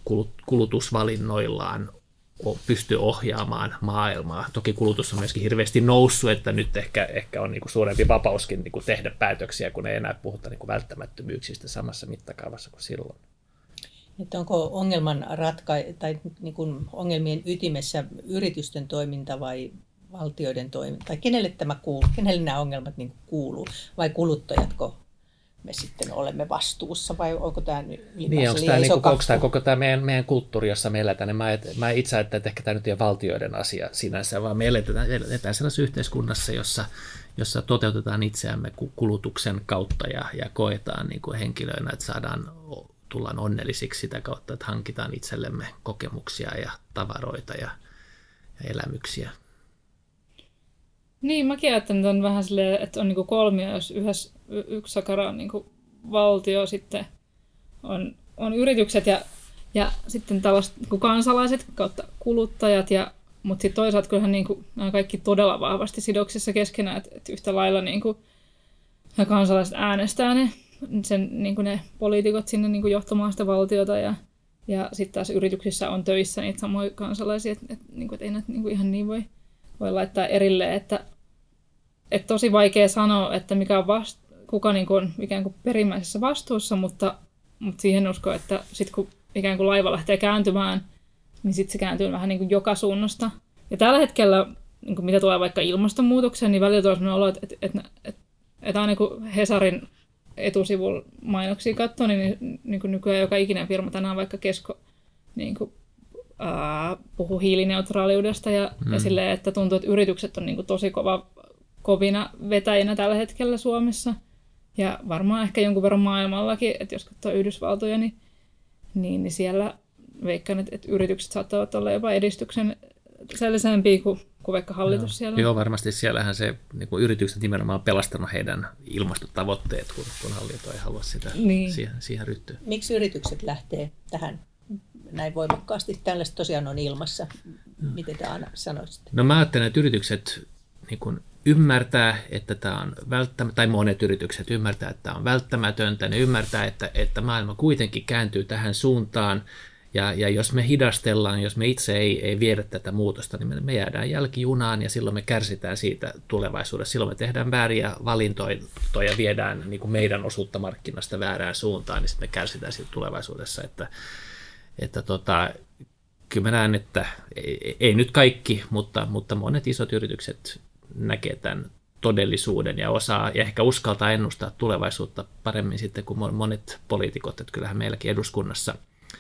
Speaker 3: kulutusvalinnoillaan pystyy ohjaamaan maailmaa. Toki kulutus on myöskin hirveästi noussut, että nyt ehkä, ehkä on niin kuin suurempi vapauskin niin kuin tehdä päätöksiä, kun ei enää puhuta niin kuin välttämättömyyksistä samassa mittakaavassa kuin silloin.
Speaker 1: Että onko ongelman ratka- tai niin kuin ongelmien ytimessä yritysten toiminta vai valtioiden toiminta? Tai kenelle tämä kuuluu? Kenelle nämä ongelmat niin kuin kuuluu? Vai kuluttajatko me sitten olemme vastuussa, vai onko tämä ylipäänsä
Speaker 3: niin,
Speaker 1: liian
Speaker 3: onko tämä,
Speaker 1: iso
Speaker 3: niin, onko tämä koko tämä meidän, meidän kulttuuri, jossa me eletään, niin mä, mä itse ajattelen, että ehkä tämä nyt ei ole valtioiden asia sinänsä, vaan me eletään, eletään sellaisessa yhteiskunnassa, jossa, jossa toteutetaan itseämme kulutuksen kautta ja, ja koetaan niin kuin henkilöinä, että saadaan, tullaan onnellisiksi sitä kautta, että hankitaan itsellemme kokemuksia ja tavaroita ja, ja elämyksiä.
Speaker 4: Niin, mäkin ajattelen tämän vähän silleen, että on niinku kolmia, jos yhdessä, yksi sakara on niinku valtio, sitten on, on yritykset ja, ja sitten tällaiset niinku kansalaiset kautta kuluttajat, ja, mutta sitten toisaalta kyllähän niinku, nämä on kaikki todella vahvasti sidoksissa keskenään, että, että yhtä lailla niinku, kansalaiset äänestää ne, sen, niinku ne poliitikot sinne niinku johtamaan sitä valtiota, ja, ja sitten taas yrityksissä on töissä niitä samoja kansalaisia, että, että, niinku, että ei näitä niinku ihan niin voi, voi laittaa erilleen, että Että tosi vaikea sanoa, että mikä on vast, kuka niin kuin on ikään kuin perimmäisessä vastuussa, mutta, mutta siihen uskon, että sitten kun ikään kuin laiva lähtee kääntymään, niin sitten se kääntyy vähän niin kuin joka suunnasta. Ja tällä hetkellä, niin kuin mitä tulee vaikka ilmastonmuutokseen, niin välillä tulee sellainen olo, että, että, että, että, että aina kun Hesarin etusivulla mainoksia katsoo, niin, niin kuin nykyään joka ikinen firma tänään vaikka Kesko niin kuin, ää, puhuu hiilineutraaliudesta ja, mm. ja silleen, että tuntuu, että yritykset on niin kuin tosi kova kovina vetäjinä tällä hetkellä Suomessa. Ja varmaan ehkä jonkun verran maailmallakin, että jos katsoo Yhdysvaltoja, niin, niin, niin siellä veikkaan, että, että yritykset saattavat olla jopa edistyksen sellisempia kuin, kuin vaikka hallitus
Speaker 3: Joo.
Speaker 4: siellä.
Speaker 3: Joo, varmasti siellähän se niin kuin yritykset nimenomaan on pelastanut heidän ilmastotavoitteet, kun, kun hallinto ei halua sitä niin. siihen, siihen ryhtyä.
Speaker 1: Miksi yritykset lähtee tähän näin voimakkaasti? Tällaista tosiaan on ilmassa. Miten te Anna sanoisitte?
Speaker 3: No mä ajattelen, että yritykset niin kuin ymmärtää, että tämä on välttämätöntä, tai monet yritykset ymmärtää, että tämä on välttämätöntä, ne ymmärtää, että, että maailma kuitenkin kääntyy tähän suuntaan, ja, ja jos me hidastellaan, jos me itse ei, ei viedä tätä muutosta, niin me, me jäädään jälkijunaan, ja silloin me kärsitään siitä tulevaisuudessa. Silloin me tehdään vääriä valintoja ja viedään niin kuin meidän osuutta markkinasta väärään suuntaan, niin sitten me kärsitään siitä tulevaisuudessa, että, että tota, kyllä mä näen, että ei, ei nyt kaikki, mutta, mutta monet isot yritykset näkee tämän todellisuuden ja osaa ja ehkä uskaltaa ennustaa tulevaisuutta paremmin sitten kuin monet poliitikot, että kyllähän meilläkin eduskunnassa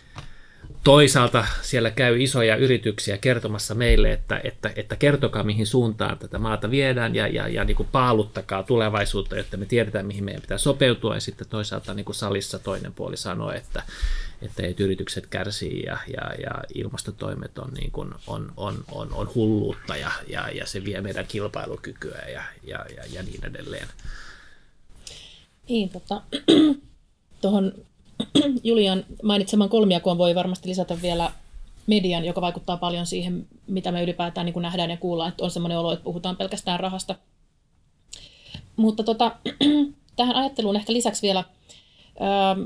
Speaker 3: toisaalta siellä käy isoja yrityksiä kertomassa meille, että, että, että kertokaa mihin suuntaan tätä maata viedään ja, ja, ja niin kuin paaluttakaa tulevaisuutta, jotta me tiedetään mihin meidän pitää sopeutua ja sitten toisaalta niin kuin salissa toinen puoli sanoo, että, että ei yritykset kärsii ja, ja, ja ilmastotoimet on, niin kuin, on, on, on, on hulluutta ja, ja, ja se vie meidän kilpailukykyä ja, ja, ja, ja niin edelleen.
Speaker 2: Niin, tota, tuohon Julian mainitseman kolmijakoon voi varmasti lisätä vielä median, joka vaikuttaa paljon siihen, mitä me ylipäätään niin kuin nähdään ja kuullaan, että on semmoinen olo, että puhutaan pelkästään rahasta. Mutta tota, tähän ajatteluun ehkä lisäksi vielä, ähm,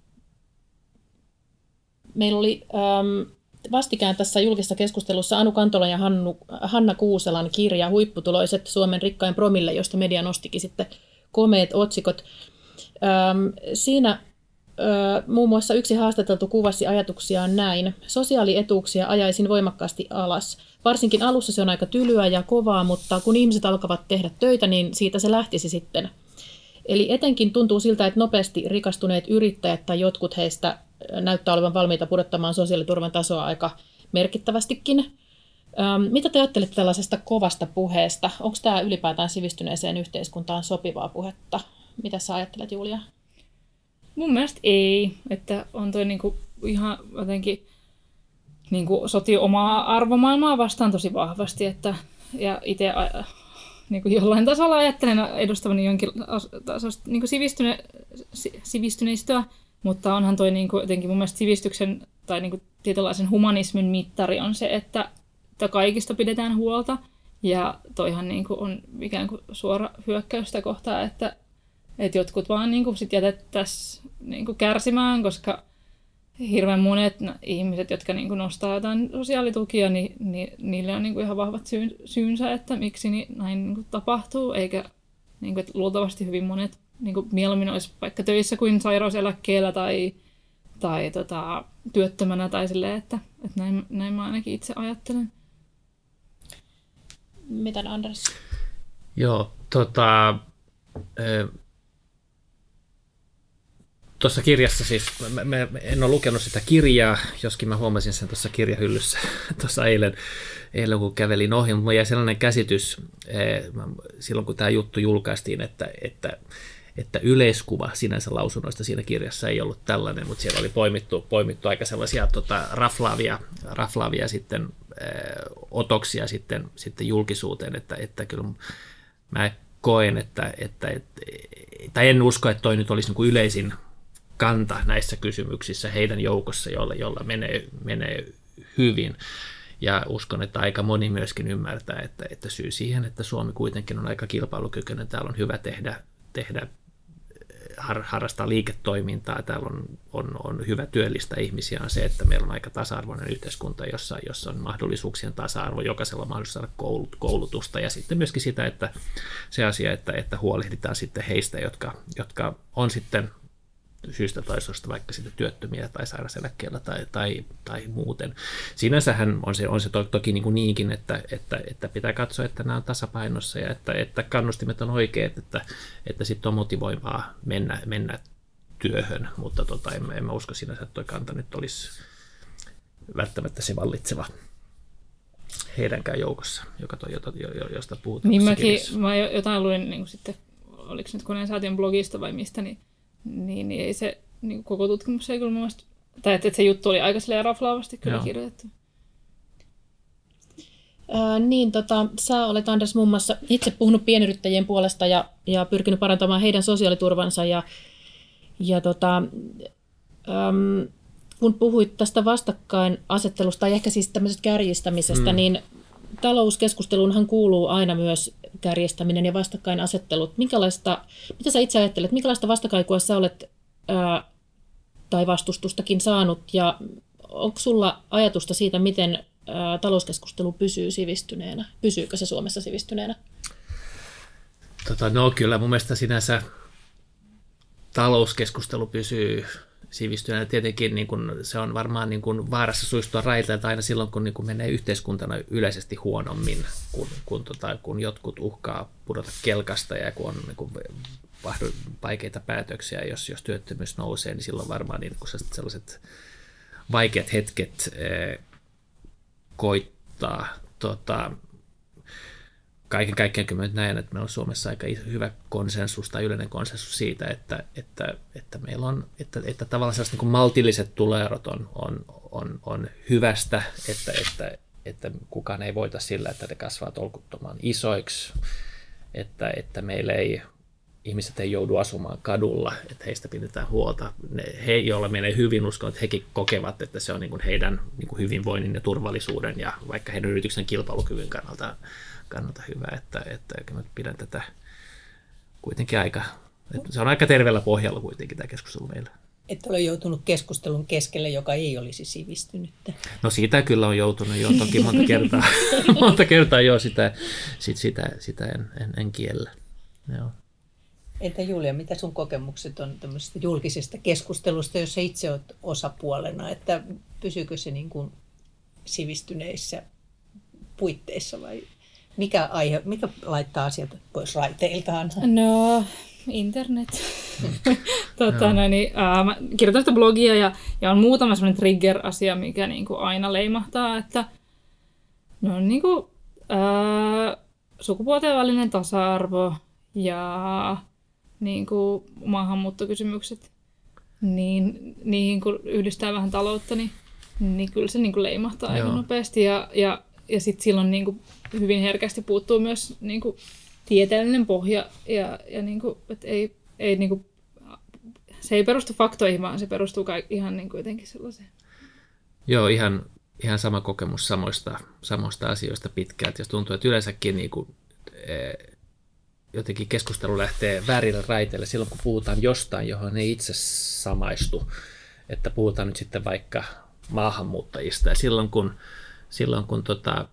Speaker 2: meillä oli ähm, vastikään tässä julkisessa keskustelussa Anu Kantolan ja Hannu, Hanna Kuuselan kirja Huipputuloiset Suomen rikkain promille, josta media nostikin sitten komeet otsikot. Ähm, siinä muun muassa yksi haastateltu kuvasi ajatuksiaan näin. Sosiaalietuuksia ajaisin voimakkaasti alas. Varsinkin alussa se on aika tylyä ja kovaa, mutta kun ihmiset alkavat tehdä töitä, niin siitä se lähtisi sitten. Eli etenkin tuntuu siltä, että nopeasti rikastuneet yrittäjät tai jotkut heistä näyttää olevan valmiita pudottamaan sosiaaliturvan tasoa aika merkittävästikin. Ähm, mitä te ajattelette tällaisesta kovasta puheesta? Onko tämä ylipäätään sivistyneeseen yhteiskuntaan sopivaa puhetta? Mitä sä ajattelet, Julia?
Speaker 4: Mun mielestä ei, että on toi niinku ihan jotenkin niinku sotii omaa arvomaailmaa vastaan tosi vahvasti, että ja itse niinku jollain tasolla ajattelen edustavani jonkin tasosta niinku sivistyne, sivistyneistöä, mutta onhan toi niinku jotenkin mun mielestä sivistyksen tai niinku tietynlaisen humanismin mittari on se, että, että kaikista pidetään huolta ja toihan niinku on ikään kuin suora hyökkäys sitä kohtaa, että että jotkut vaan niin sit jätettäisiin niin kärsimään, koska hirveän monet ihmiset, jotka niin nostaa jotain sosiaalitukia, niin, niin niille on niin ihan vahvat syyn, syynsä, että miksi niin, näin niin tapahtuu. Eikä niin kuin, että luultavasti hyvin monet niin mieluummin olisi vaikka töissä kuin sairauseläkkeellä tai, tai tota, työttömänä tai silleen, että, että näin, näin mä ainakin itse ajattelen.
Speaker 2: Mitä Anders?
Speaker 3: Joo, tota... Ö- Tuossa kirjassa siis, mä, mä en ole lukenut sitä kirjaa, joskin mä huomasin sen tuossa kirjahyllyssä tuossa eilen, eilen, kun kävelin ohi, mutta mulla jäi sellainen käsitys silloin, kun tämä juttu julkaistiin, että, että, että yleiskuva sinänsä lausunnoista siinä kirjassa ei ollut tällainen, mutta siellä oli poimittu, poimittu aika sellaisia tota, raflaavia, raflaavia sitten, ää, otoksia sitten, sitten julkisuuteen, että, että kyllä mä koen, että, että, että tai en usko, että toi nyt olisi niin kuin yleisin kanta näissä kysymyksissä heidän joukossa, jolla, jolla menee, menee hyvin. Ja uskon, että aika moni myöskin ymmärtää, että, että syy siihen, että Suomi kuitenkin on aika kilpailukykyinen, täällä on hyvä tehdä, tehdä har, harrastaa liiketoimintaa, täällä on, on, on hyvä työllistää ihmisiä, on se, että meillä on aika tasa-arvoinen yhteiskunta, jossa, jossa on mahdollisuuksien tasa-arvo, jokaisella on mahdollisuus saada koulut, koulutusta, ja sitten myöskin sitä, että se asia, että, että huolehditaan sitten heistä, jotka, jotka on sitten syystä tai toisesta vaikka sitten työttömiä tai sairauseläkkeellä tai, tai, tai muuten. Sinänsähän on se, on se to, toki niin kuin niinkin, että, että, että pitää katsoa, että nämä on tasapainossa ja että, että kannustimet on oikeat, että, että sitten on motivoimaa mennä, mennä työhön, mutta tota, en, en mä usko sinänsä, että tuo kanta nyt olisi välttämättä se vallitseva heidänkään joukossa, joka toi, jota, josta puhutaan.
Speaker 4: Niin mäkin, mä jotain luin, niin kuin sitten, oliko se nyt Koneensäätiön blogista vai mistä, niin Niin, niin ei se niin koko tutkimus ei kyllä mielestäni, tai että, että se juttu oli aika silleen raflaavasti kyllä Joo. kirjoitettu.
Speaker 2: Ää, niin, tota, sä olet Anders muun muassa itse puhunut pienyrittäjien puolesta ja, ja pyrkinyt parantamaan heidän sosiaaliturvansa. Ja, ja tota, äm, kun puhuit tästä vastakkainasettelusta tai ehkä siis tämmöisestä kärjistämisestä, mm. niin talouskeskusteluunhan kuuluu aina myös kärjistäminen ja vastakkainasettelut. Minkälaista, mitä sä itse ajattelet, minkälaista vastakaikua sä olet ää, tai vastustustakin saanut ja onko sulla ajatusta siitä, miten ää, talouskeskustelu pysyy sivistyneenä? Pysyykö se Suomessa sivistyneenä?
Speaker 3: Tota, no kyllä mun mielestä sinänsä talouskeskustelu pysyy sivistyneenä. Tietenkin niin kun, se on varmaan niin kun vaarassa suistua raiteilta aina silloin, kun niin kun menee yhteiskuntana yleisesti huonommin, kun, kun, tota, kun jotkut uhkaa pudota kelkasta ja kun on niin kun vaikeita päätöksiä, jos, jos työttömyys nousee, niin silloin varmaan niin kun sellaiset vaikeat hetket eh, koittaa. Tota, Kaiken kaikkiaan kyllä näen, että meillä on Suomessa aika hyvä konsensus tai yleinen konsensus siitä, että, että, että meillä on, että, että tavallaan sellaiset niin kuin maltilliset tuloerot on, on, on, on hyvästä, että, että, että kukaan ei voita sillä, että ne kasvaa tolkuttoman isoiksi, että, että meillä ei ihmiset ei joudu asumaan kadulla, että heistä pidetään huolta. Ne, he, joilla menee hyvin, uskon, että hekin kokevat, että se on niin kuin heidän niin kuin hyvinvoinnin ja turvallisuuden ja vaikka heidän yrityksen kilpailukyvyn kannalta, kannalta hyvä, että, että, että mä pidän tätä kuitenkin aika, että se on aika terveellä pohjalla kuitenkin tämä keskustelu meillä.
Speaker 1: Että ole joutunut keskustelun keskelle, joka ei olisi sivistynyttä.
Speaker 3: No siitä kyllä on joutunut jo toki monta kertaa, monta kertaa jo sitä, sit sitä, sitä en, en, en kiellä. Joo.
Speaker 1: Entä Julia, mitä sun kokemukset on tämmöisestä julkisesta keskustelusta, jossa itse olet osapuolena, että pysyykö se niin kuin sivistyneissä puitteissa vai mikä, aihe, mikä laittaa asiat pois raiteiltaan?
Speaker 4: No, internet. tota, no, niin, ää, mä kirjoitan sitä blogia ja, ja on muutama sellainen trigger-asia, mikä niin kuin aina leimahtaa, että no, niin kuin, ää, sukupuolten välinen tasa-arvo ja niin kuin maahanmuuttokysymykset, niin niihin kun yhdistää vähän taloutta, niin, niin kyllä se niin kuin leimahtaa aika
Speaker 3: Joo.
Speaker 4: nopeasti. Ja, ja, ja sitten silloin niin kuin hyvin herkästi puuttuu myös niin kuin tieteellinen pohja. Ja, ja niin kuin, että ei, ei, niin kuin, se ei perustu faktoihin, vaan se perustuu ihan niin kuin jotenkin sellaiseen.
Speaker 3: Joo, ihan, ihan sama kokemus samoista, samoista asioista pitkään. Jos tuntuu, että yleensäkin niin kuin, eh, jotenkin keskustelu lähtee väärille raiteille silloin, kun puhutaan jostain, johon ei itse samaistu. Että puhutaan nyt sitten vaikka maahanmuuttajista. Ja silloin, kun, silloin, kun tota,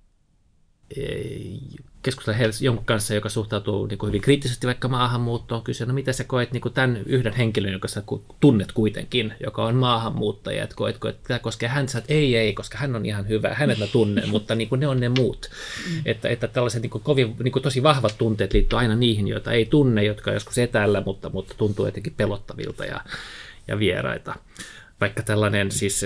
Speaker 3: keskustellaan jonkun kanssa, joka suhtautuu niin kuin hyvin kriittisesti vaikka maahanmuuttoon, kysyä, no mitä sä koet niin kuin tämän yhden henkilön, joka sä tunnet kuitenkin, joka on maahanmuuttaja, että koetko, että tämä koskee häntä, että ei, ei, koska hän on ihan hyvä, hänet mä tunnen, mutta niin kuin ne on ne muut. Mm. Että, että tällaiset niin kuin kovin, niin kuin tosi vahvat tunteet liittyy aina niihin, joita ei tunne, jotka on joskus etäällä, mutta, mutta tuntuu jotenkin pelottavilta ja, ja vieraita. Vaikka tällainen siis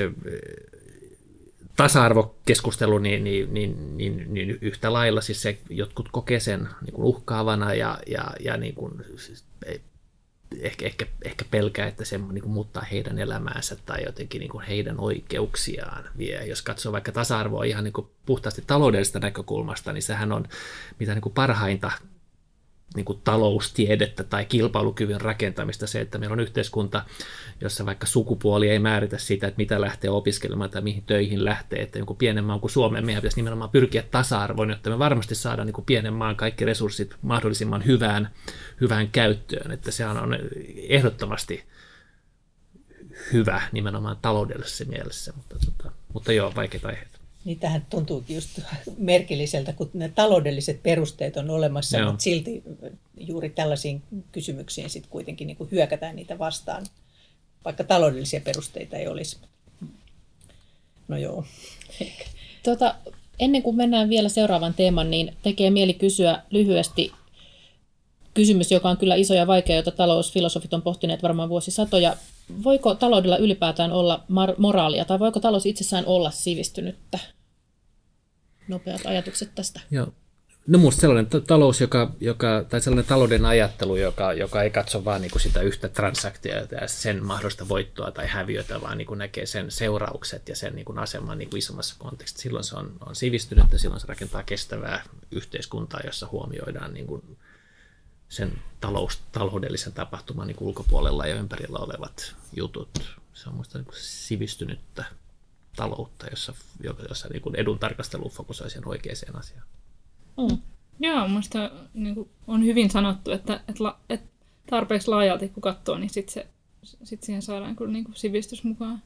Speaker 3: tasa-arvokeskustelu, niin, niin, niin, niin, niin yhtä lailla siis se, jotkut kokee sen niin kuin uhkaavana ja, ja, ja niin kuin, siis, ehkä, ehkä, ehkä pelkää, että se niin kuin muuttaa heidän elämäänsä tai jotenkin niin kuin heidän oikeuksiaan vie. Jos katsoo vaikka tasa-arvoa ihan niin kuin puhtaasti taloudellisesta näkökulmasta, niin sehän on mitä niin kuin parhainta niin kuin taloustiedettä tai kilpailukyvyn rakentamista se, että meillä on yhteiskunta, jossa vaikka sukupuoli ei määritä sitä, että mitä lähtee opiskelemaan tai mihin töihin lähtee, että jonkun pienen maan kuin Suomeen meidän pitäisi nimenomaan pyrkiä tasa-arvoon, jotta me varmasti saadaan niin kuin pienen maan kaikki resurssit mahdollisimman hyvään, hyvään käyttöön, että se on ehdottomasti hyvä nimenomaan taloudellisessa mielessä, mutta, mutta, mutta joo, vaikeita aiheita.
Speaker 1: Niin tähän tuntuukin just merkilliseltä, kun ne taloudelliset perusteet on olemassa, Joo. mutta silti juuri tällaisiin kysymyksiin sitten kuitenkin niin kuin hyökätään niitä vastaan, vaikka taloudellisia perusteita ei olisi. No joo.
Speaker 2: Tota, ennen kuin mennään vielä seuraavan teeman, niin tekee mieli kysyä lyhyesti kysymys, joka on kyllä iso ja vaikea, jota talousfilosofit on pohtineet varmaan vuosisatoja. Voiko taloudella ylipäätään olla moraalia, tai voiko talous itsessään olla sivistynyttä? Nopeat ajatukset tästä.
Speaker 3: Joo. No minusta sellainen talous, joka, joka, tai sellainen talouden ajattelu, joka, joka ei katso vain niin sitä yhtä transaktiota ja sen mahdollista voittoa tai häviötä, vaan niin näkee sen seuraukset ja sen niin aseman niin isommassa kontekstissa. Silloin se on, on sivistynyt ja silloin se rakentaa kestävää yhteiskuntaa, jossa huomioidaan niin kuin sen talous, taloudellisen tapahtuman niin ulkopuolella ja ympärillä olevat jutut. Se on minusta niin sivistynyttä taloutta, jossa, jossa niin kuin edun tarkastelu fokusoi sen oikeaan asiaan.
Speaker 4: Mm. Joo, minusta niin on hyvin sanottu, että, että, la, että tarpeeksi laajalti kun katsoo, niin sitten se, sit siihen saadaan kyllä niin kuin sivistys mukaan.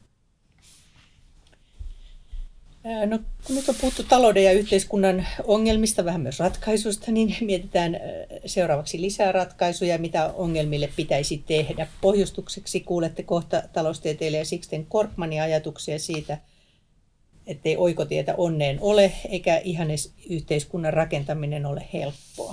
Speaker 1: No, kun nyt on puhuttu talouden ja yhteiskunnan ongelmista, vähän myös ratkaisuista, niin mietitään seuraavaksi lisää ratkaisuja, mitä ongelmille pitäisi tehdä. Pohjustukseksi kuulette kohta taloustieteilijä Sixten Korkmanin ajatuksia siitä, ettei oikotietä onneen ole, eikä ihanes yhteiskunnan rakentaminen ole helppoa.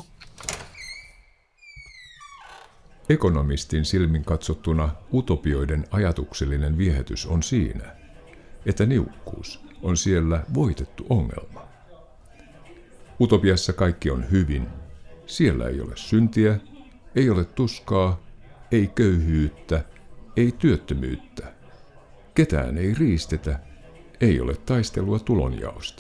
Speaker 5: Ekonomistin silmin katsottuna utopioiden ajatuksellinen viehätys on siinä, että niukkuus on siellä voitettu ongelma. Utopiassa kaikki on hyvin. Siellä ei ole syntiä, ei ole tuskaa, ei köyhyyttä, ei työttömyyttä. Ketään ei riistetä, ei ole taistelua tulonjaosta.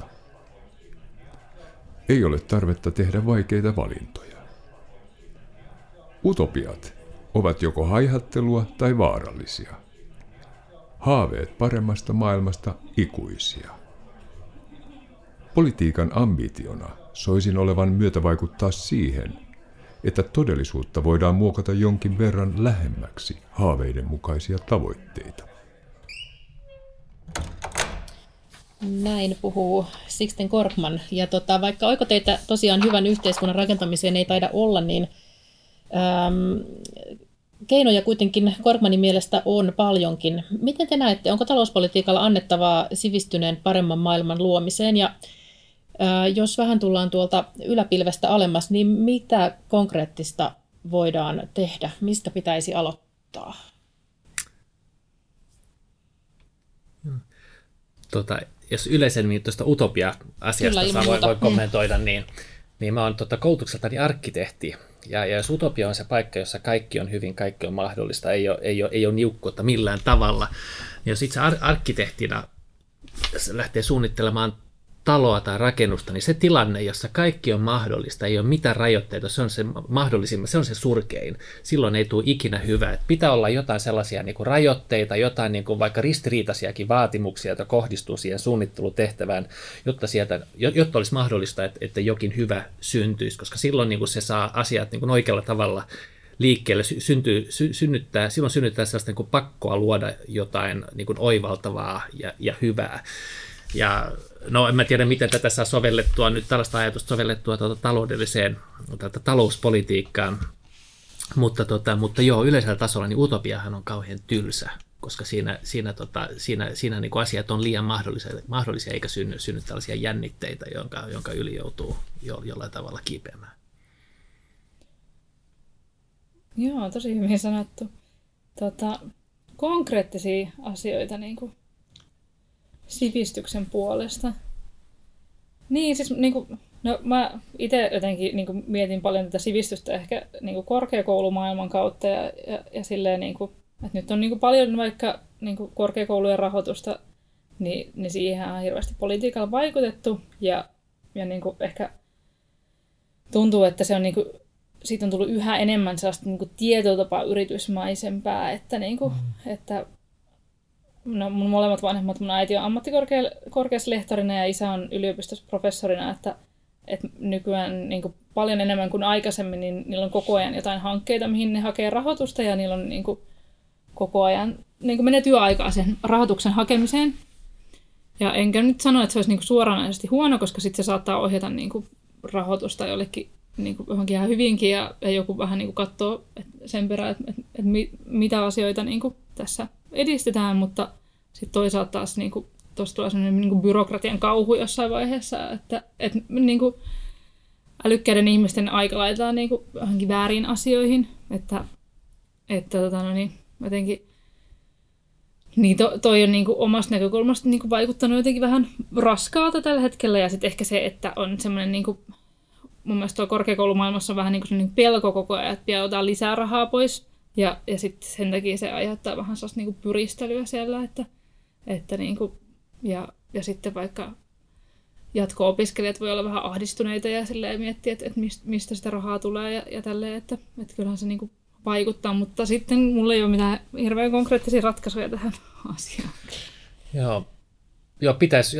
Speaker 5: Ei ole tarvetta tehdä vaikeita valintoja. Utopiat ovat joko haihattelua tai vaarallisia. Haaveet paremmasta maailmasta ikuisia. Politiikan ambitiona soisin olevan myötävaikuttaa siihen, että todellisuutta voidaan muokata jonkin verran lähemmäksi haaveiden mukaisia tavoitteita.
Speaker 2: Näin puhuu Sixten Korkman. Ja tota, vaikka oikoteitä tosiaan hyvän yhteiskunnan rakentamiseen ei taida olla, niin äm, keinoja kuitenkin Korkmanin mielestä on paljonkin. Miten te näette, onko talouspolitiikalla annettavaa sivistyneen paremman maailman luomiseen? Ja ää, jos vähän tullaan tuolta yläpilvestä alemmas, niin mitä konkreettista voidaan tehdä? Mistä pitäisi aloittaa?
Speaker 3: Tota, jos yleisemmin tuosta utopia-asiasta voi, voi kommentoida, niin, niin mä oon tota, koulutukseltani arkkitehti. Ja, ja jos utopia on se paikka, jossa kaikki on hyvin, kaikki on mahdollista, ei ole, ei ole, ei ole niukkuutta millään tavalla. Ja jos itse ar- arkkitehtina lähtee suunnittelemaan taloa tai rakennusta, niin se tilanne, jossa kaikki on mahdollista, ei ole mitään rajoitteita, se on se mahdollisimman, se on se surkein. Silloin ei tule ikinä hyvä. Että pitää olla jotain sellaisia niin kuin rajoitteita, jotain niin kuin vaikka ristiriitaisiakin vaatimuksia, joita kohdistuu siihen suunnittelutehtävään, jotta, sieltä, jotta olisi mahdollista, että, että jokin hyvä syntyisi, koska silloin niin kuin se saa asiat niin kuin oikealla tavalla liikkeelle, syntyy, sy, synnyttää, silloin synnyttää sellaista niin kuin pakkoa luoda jotain niin kuin oivaltavaa ja, ja hyvää. Ja no en mä tiedä, miten tätä saa sovellettua, nyt tällaista ajatusta sovellettua tuota taloudelliseen tuota, talouspolitiikkaan, mutta, tota, mutta joo, yleisellä tasolla niin utopiahan on kauhean tylsä, koska siinä, siinä, tota, siinä, siinä niin kuin asiat on liian mahdollisia, mahdollisia eikä synny, synny tällaisia jännitteitä, jonka, jonka yli joutuu jo, jollain tavalla kiipeämään.
Speaker 4: Joo, tosi hyvin sanottu. Tota, konkreettisia asioita niin kuin sivistyksen puolesta. Niin, siis niin kuin, no mä itse jotenkin niin kuin mietin paljon tätä sivistystä ehkä niin kuin korkeakoulumaailman kautta ja, ja, ja silleen, niin kuin, että nyt on niin kuin paljon vaikka niin kuin korkeakoulujen rahoitusta, niin, niin siihen on hirveästi politiikalla vaikutettu ja, ja niin kuin ehkä tuntuu, että se on niin kuin, siitä on tullut yhä enemmän sellaista niin kuin tietyllä tapaa yritysmaisempaa, että, niin kuin, mm. että no, mun molemmat vanhemmat, mun äiti on ammattikorkeassa lehtorina ja isä on yliopistossa professorina, että, että nykyään niin kuin paljon enemmän kuin aikaisemmin, niin niillä on koko ajan jotain hankkeita, mihin ne hakee rahoitusta ja niillä on niin kuin koko ajan niin kuin menee työaikaa sen rahoituksen hakemiseen. Ja enkä nyt sano, että se olisi niin kuin suoranaisesti huono, koska sitten se saattaa ohjata niin kuin rahoitusta jollekin niin kuin johonkin ihan hyvinkin ja, ja joku vähän niin kuin katsoo sen perään, että, että, että mit, mitä asioita niin kuin tässä edistetään, mutta sitten toisaalta taas niin kuin, tuossa tulee sellainen niin kuin byrokratian kauhu jossain vaiheessa, että, että niin kuin älykkäiden ihmisten aika laitetaan niin kuin johonkin väärin asioihin, että, että tota, no niin, jotenkin niin to, toi on niin kuin omasta näkökulmasta niin kuin vaikuttanut jotenkin vähän raskaalta tällä hetkellä ja sitten ehkä se, että on semmoinen niin kuin mun mielestä tuo korkeakoulumaailmassa on vähän niin kuin pelko koko ajan, että pian otetaan lisää rahaa pois. Ja, ja sitten sen takia se aiheuttaa vähän sellaista niin kuin pyristelyä siellä. Että, että niin kuin, ja, ja sitten vaikka jatko-opiskelijat voi olla vähän ahdistuneita ja miettiä, että, että mistä sitä rahaa tulee ja, ja tälleen. Että, että kyllähän se niin kuin vaikuttaa, mutta sitten mulla ei ole mitään hirveän konkreettisia ratkaisuja tähän asiaan.
Speaker 3: Joo, Joo pitäisi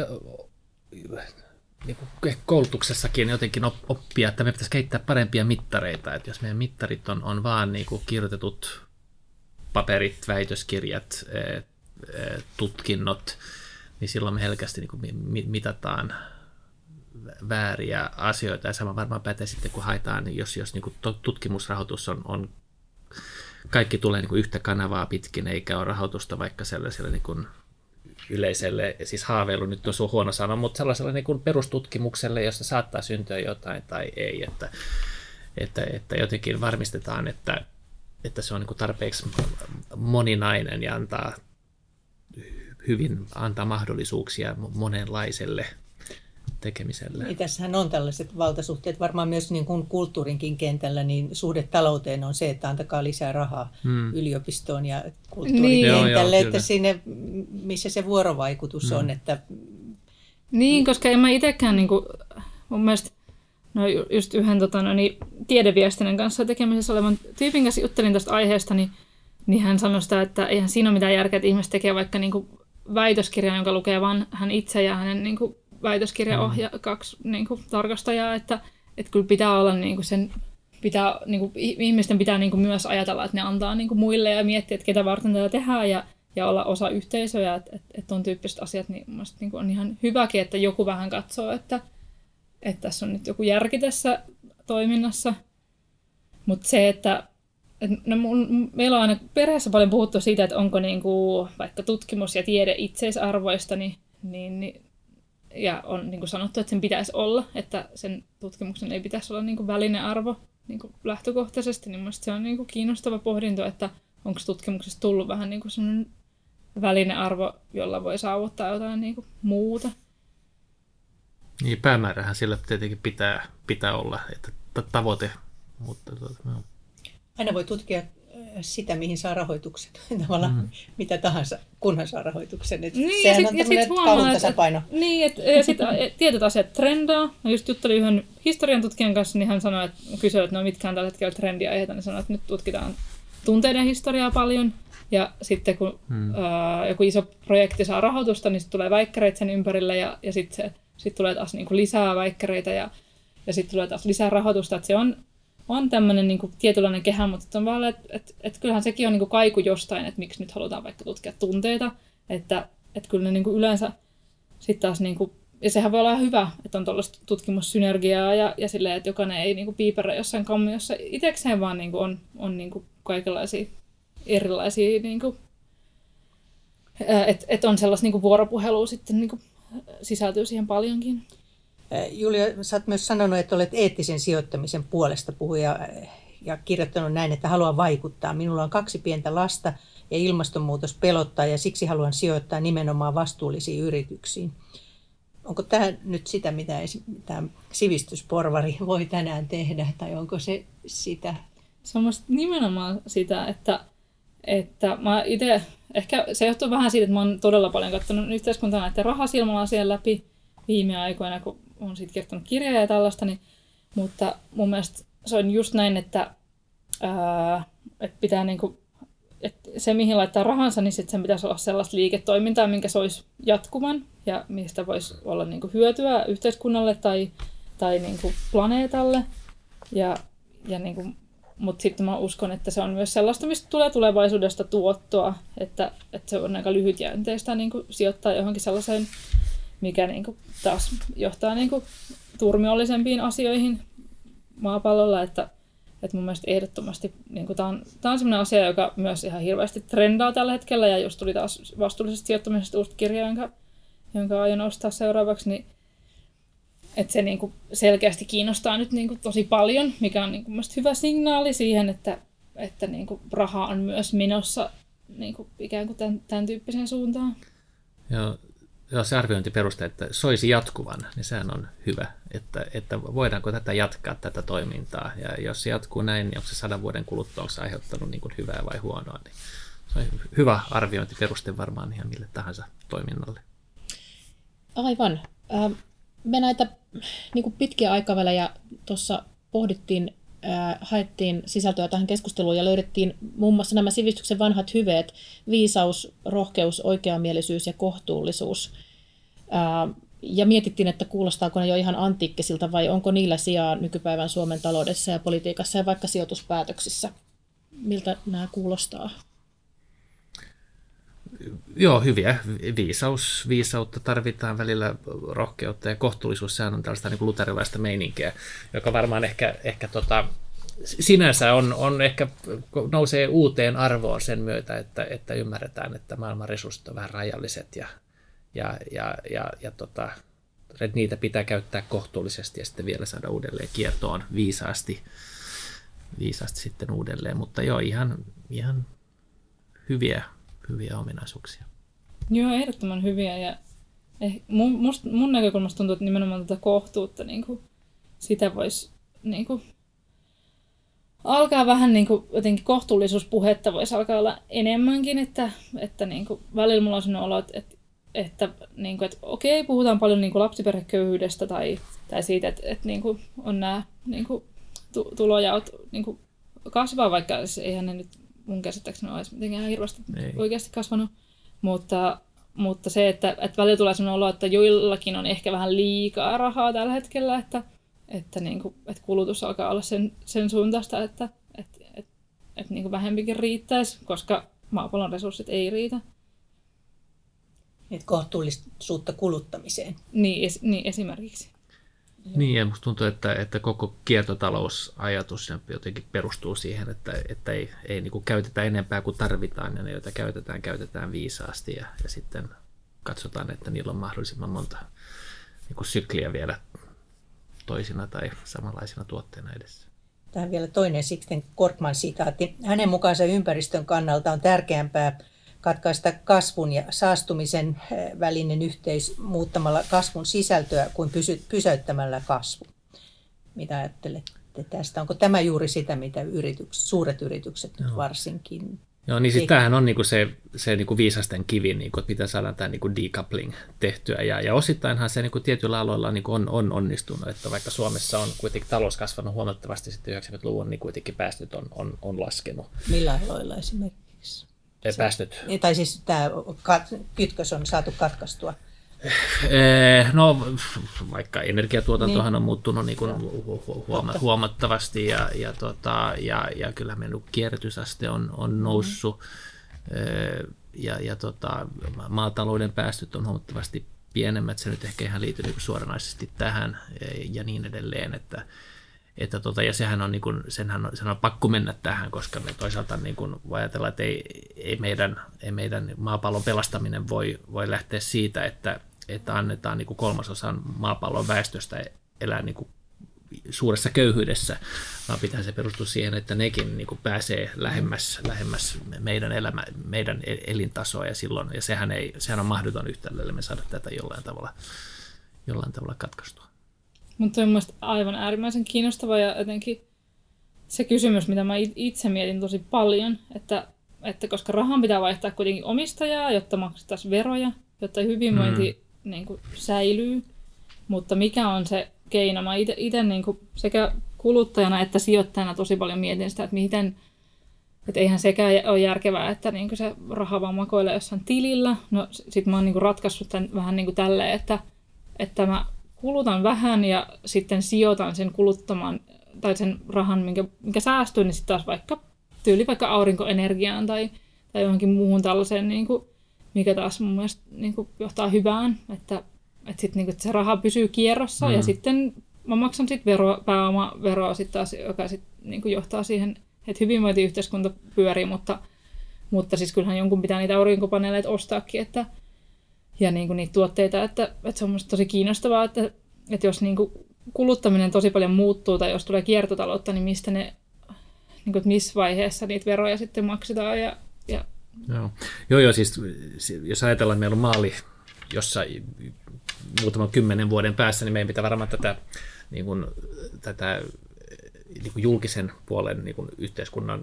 Speaker 3: koulutuksessakin jotenkin oppia, että me pitäisi kehittää parempia mittareita. Että jos meidän mittarit on, on vaan niin kuin kirjoitetut paperit, väitöskirjat, tutkinnot, niin silloin me helkästi niin kuin mitataan vääriä asioita. Ja sama varmaan pätee sitten, kun haetaan, jos, jos niin kuin tutkimusrahoitus on, on kaikki tulee niin kuin yhtä kanavaa pitkin, eikä ole rahoitusta vaikka sellaiselle niin kuin yleiselle, siis haaveilu nyt on huono sana, mutta sellaiselle niin kuin perustutkimukselle, jossa saattaa syntyä jotain tai ei, että, että, että jotenkin varmistetaan, että, että se on niin kuin tarpeeksi moninainen ja antaa hyvin antaa mahdollisuuksia monenlaiselle tekemiselle.
Speaker 1: Niin, tässähän on tällaiset valtasuhteet, varmaan myös niin kuin kulttuurinkin kentällä, niin suhde talouteen on se, että antakaa lisää rahaa hmm. yliopistoon ja kulttuurikentälle, niin. Että sinne, missä se vuorovaikutus hmm. on. Että...
Speaker 4: Niin, koska en mä itsekään, niin kuin, mun mielestä no just yhden tota, no, niin, tiedeviestinnän kanssa tekemisessä olevan tyypin kanssa juttelin tästä aiheesta, niin, niin hän sanoi sitä, että eihän siinä ole mitään järkeä, että ihmiset tekee vaikka niin kuin väitöskirjan, jonka lukee vain hän itse ja hänen niin kuin väitöskirjaohja, mm. kaksi niin kuin, tarkastajaa, että, että kyllä pitää olla niin kuin sen, pitää, niin kuin, ihmisten pitää niin kuin, myös ajatella, että ne antaa niin kuin, muille ja miettiä, että ketä varten tätä tehdään ja, ja olla osa yhteisöä, että, että, että on tyyppiset asiat, niin mielestäni niin kuin, on ihan hyväkin, että joku vähän katsoo, että, että tässä on nyt joku järki tässä toiminnassa, mutta se, että no mun, meillä on aina perheessä paljon puhuttu siitä, että onko niinku vaikka tutkimus ja tiede itseisarvoista, niin, niin, niin, ja on niinku sanottu, että sen pitäisi olla, että sen tutkimuksen ei pitäisi olla niinku välinearvo niinku lähtökohtaisesti, niin mielestäni se on niinku kiinnostava pohdinto, että onko tutkimuksesta tullut vähän niinku sellainen välinearvo, jolla voi saavuttaa jotain niinku muuta.
Speaker 3: Niin, päämäärähän sillä tietenkin pitää, pitää olla, että tavoite, mutta no.
Speaker 1: Aina voi tutkia sitä, mihin saa rahoituksen, tavallaan mm. mitä tahansa, kunhan saa rahoituksen. Et
Speaker 4: niin,
Speaker 1: sehän
Speaker 4: ja
Speaker 1: on
Speaker 4: sit,
Speaker 1: tämmöinen kauhun tasapaino.
Speaker 4: Et, niin, et, ja sitten tietyt asiat trendaa. Mä just juttelin yhden historian tutkijan kanssa, niin hän sanoi, että kysyi, että no mitkä on tällä hetkellä trendiaiheita, niin sanoi, että nyt tutkitaan tunteiden historiaa paljon. Ja sitten kun mm. ää, joku iso projekti saa rahoitusta, niin sitten tulee väikkäreitä sen ympärille ja, ja sitten sit tulee taas niinku lisää väikkäreitä ja, ja sitten tulee taas lisää rahoitusta. Että se on On tämmöinen niin kuin tietynlainen kehä, mutta on vaan, että et, et kyllähän sekin on niin kuin kaiku jostain, että miksi nyt halutaan vaikka tutkia tunteita. Että et kyllä ne niin kuin yleensä sitten taas, niin kuin, ja sehän voi olla hyvä, että on tuollaista tutkimussynergiaa ja, ja silleen, että jokainen ei niin kuin piiperrä jossain kammiossa itsekseen, vaan niin kuin on, on niin kuin kaikenlaisia erilaisia, niin kuin, että et on sellaista niin kuin vuoropuhelua sitten niin kuin sisältyy siihen paljonkin.
Speaker 1: Julia, sä oot myös sanonut, että olet eettisen sijoittamisen puolesta puhuja ja kirjoittanut näin, että haluan vaikuttaa. Minulla on kaksi pientä lasta ja ilmastonmuutos pelottaa ja siksi haluan sijoittaa nimenomaan vastuullisiin yrityksiin. Onko tämä nyt sitä, mitä tämä sivistysporvari voi tänään tehdä tai onko se sitä?
Speaker 4: Se on nimenomaan sitä, että, että mä itse, ehkä se johtuu vähän siitä, että mä oon todella paljon katsonut yhteiskuntaa näiden rahasilmalla asian läpi viime aikoina, kun olen siitä kirjoittanut kirjaa ja tällaista, niin, mutta mun mielestä se on just näin, että, ää, että pitää niinku, että se mihin laittaa rahansa, niin sit sen pitäisi olla sellaista liiketoimintaa, minkä se olisi jatkuvan ja mistä voisi olla niinku hyötyä yhteiskunnalle tai, tai niinku planeetalle. Ja, ja niinku, mutta sitten mä uskon, että se on myös sellaista, mistä tulee tulevaisuudesta tuottoa, että, että se on aika lyhytjänteistä niinku sijoittaa johonkin sellaiseen, mikä niinku taas johtaa niinku turmiollisempiin asioihin maapallolla, että, että mun mielestä ehdottomasti niinku tämä on, on sellainen asia, joka myös ihan hirveästi trendaa tällä hetkellä, ja jos tuli taas vastuullisesta sijoittamisesta uusi kirja, jonka, jonka aion ostaa seuraavaksi, niin että se niinku selkeästi kiinnostaa nyt niinku tosi paljon, mikä on niinku mielestäni hyvä signaali siihen, että, että niinku raha on myös menossa niinku ikään kuin tämän, tämän tyyppiseen suuntaan.
Speaker 3: Joo. Joo, se arviointiperuste, että soisi jatkuvan, niin sehän on hyvä, että, että voidaanko tätä jatkaa, tätä toimintaa. Ja jos se jatkuu näin, niin onko se sadan vuoden kuluttua, onko se aiheuttanut niin kuin hyvää vai huonoa, niin se on hyvä arviointiperuste varmaan ihan mille tahansa toiminnalle.
Speaker 2: Aivan. Me näitä niin kuin pitkiä aikavälejä tuossa pohdittiin, haettiin sisältöä tähän keskusteluun ja löydettiin muun muassa nämä sivistyksen vanhat hyveet, viisaus, rohkeus, oikeamielisyys ja kohtuullisuus. Ja mietittiin, että kuulostaako ne jo ihan antiikkisilta vai onko niillä sijaa nykypäivän Suomen taloudessa ja politiikassa ja vaikka sijoituspäätöksissä. Miltä nämä kuulostaa?
Speaker 3: Joo, hyviä. Viisaus, viisautta tarvitaan välillä, rohkeutta ja kohtuullisuus, sehän on tällaista niin kuin luterilaista meininkiä, joka varmaan ehkä, ehkä tota, sinänsä on, on ehkä nousee uuteen arvoon sen myötä, että, että ymmärretään, että maailman resurssit on vähän rajalliset ja, ja, ja, ja, ja tota, että niitä pitää käyttää kohtuullisesti ja sitten vielä saada uudelleen kiertoon viisaasti, viisaasti sitten uudelleen, mutta joo, ihan, ihan hyviä hyviä ominaisuuksia.
Speaker 4: Joo, ehdottoman hyviä. Ja eh, mun, must, mun näkökulmasta tuntuu, että nimenomaan tätä kohtuutta, niin kuin, sitä voisi niin kuin, alkaa vähän niin kuin, jotenkin kohtuullisuuspuhetta voisi alkaa olla enemmänkin, että, että niin kuin, välillä mulla on sellainen olo, että, että, että, niin kuin, että okei, puhutaan paljon niin kuin lapsiperheköyhyydestä tai, tai siitä, että, että niin kuin on nämä niin kuin, tulojaot niin kuin kasvaa, vaikka siis eihän ne nyt mun käsittääkseni ole mitenkään hirveästi Ei. oikeasti kasvanut. Mutta, mutta se, että, että välillä tulee sellainen olo, että joillakin on ehkä vähän liikaa rahaa tällä hetkellä, että, että, niin kuin, että kulutus alkaa olla sen, sen suuntaista, että, että, että, että niin kuin vähempikin riittäisi, koska maapallon resurssit ei riitä.
Speaker 1: Että kohtuullisuutta kuluttamiseen.
Speaker 4: Niin, es, niin esimerkiksi.
Speaker 3: Niin, ja musta tuntuu, että, että koko kiertotalousajatus jotenkin perustuu siihen, että, että ei, ei niin kuin käytetä enempää kuin tarvitaan, ja ne, joita käytetään, käytetään viisaasti, ja, ja sitten katsotaan, että niillä on mahdollisimman monta niin kuin sykliä vielä toisina tai samanlaisina tuotteina edessä.
Speaker 1: Tähän vielä toinen Sixten Korkman sitaatti. Hänen mukaansa ympäristön kannalta on tärkeämpää katkaista kasvun ja saastumisen välinen yhteys muuttamalla kasvun sisältöä kuin pysy, pysäyttämällä kasvu. Mitä ajattelette tästä? Onko tämä juuri sitä, mitä yritykset, suuret yritykset nyt
Speaker 3: Joo.
Speaker 1: varsinkin?
Speaker 3: Joo, niin siis tämähän on niinku se, se niinku viisasten kivi, niinku, että miten saadaan tämä niinku decoupling tehtyä. Ja, ja osittainhan se niinku tietyillä aloilla niinku on, on onnistunut, että vaikka Suomessa on kuitenkin talous kasvanut huomattavasti sitten yhdeksänkymmentäluvun, niin kuitenkin päästöt on, on, on laskenut.
Speaker 1: Millä aloilla esimerkiksi?
Speaker 3: Päästöt.
Speaker 1: Tai siis tämä kytkös on saatu katkaistua.
Speaker 3: No vaikka energiatuotantohan niin. on muuttunut niin kuin huoma- huomattavasti ja, ja, tota, ja, ja kyllä meidän kierrätysaste on, on noussut mm. ja, ja tota, maatalouden päästöt on huomattavasti pienemmät. Se nyt ehkä ihan liittyy niin suoranaisesti tähän ja niin edelleen, että Että tota, ja sehän on, niin kuin, senhän on, senhän on pakko mennä tähän, koska me toisaalta niin kuin voi ajatella, että ei, ei, meidän, ei meidän maapallon pelastaminen voi, voi lähteä siitä, että, että annetaan niin kuin kolmasosan maapallon väestöstä elää niin kuin suuressa köyhyydessä, vaan pitää se perustua siihen, että nekin niin kuin pääsee lähemmäs, lähemmäs meidän, elämä, meidän elintasoa, ja, silloin, ja sehän, ei, sehän on mahdoton yhtälö, ellei me saada tätä jollain tavalla, jollain tavalla katkaistua.
Speaker 4: Mutta on mielestäni aivan äärimmäisen kiinnostava ja jotenkin se kysymys, mitä mä itse mietin tosi paljon, että, että koska rahan pitää vaihtaa kuitenkin omistajaa, jotta maksettaisiin veroja, jotta hyvinvointi mm. niin kuin, säilyy, mutta mikä on se keino? Mä itse niin kuin, sekä kuluttajana että sijoittajana tosi paljon mietin sitä, että miten, että eihän sekään ole järkevää, että niin kuin se raha vaan makoilee jossain tilillä. No sit mä oon niin kuin ratkaissut tämän vähän niin kuin tälleen, että, että mä kulutan vähän ja sitten sijoitan sen kuluttamaan tai sen rahan, minkä, minkä säästyy, niin sitten taas vaikka tyyli vaikka aurinkoenergiaan tai, tai johonkin muuhun tällaiseen, niin kuin, mikä taas mun mielestä niin kuin, johtaa hyvään, että, että, sit, niin kuin, että se raha pysyy kierrossa mm. ja sitten mä maksan sitten vero, pääomaveroa sit taas, joka sit, niin kuin, johtaa siihen, että hyvinvointiyhteiskunta pyörii, mutta, mutta siis kyllähän jonkun pitää niitä aurinkopaneeleita ostaakin, että ja niin kuin niitä tuotteita, että, että se on minusta tosi kiinnostavaa, että, että jos niin kuin kuluttaminen tosi paljon muuttuu tai jos tulee kiertotaloutta, niin mistä ne, niin kuin, että missä vaiheessa niitä veroja sitten maksetaan. Ja, ja...
Speaker 3: Joo. joo, joo, siis jos ajatellaan, että meillä on maali, jossa muutaman kymmenen vuoden päässä, niin meidän pitää varmaan tätä, niin kuin, tätä niin kuin julkisen puolen niin kuin yhteiskunnan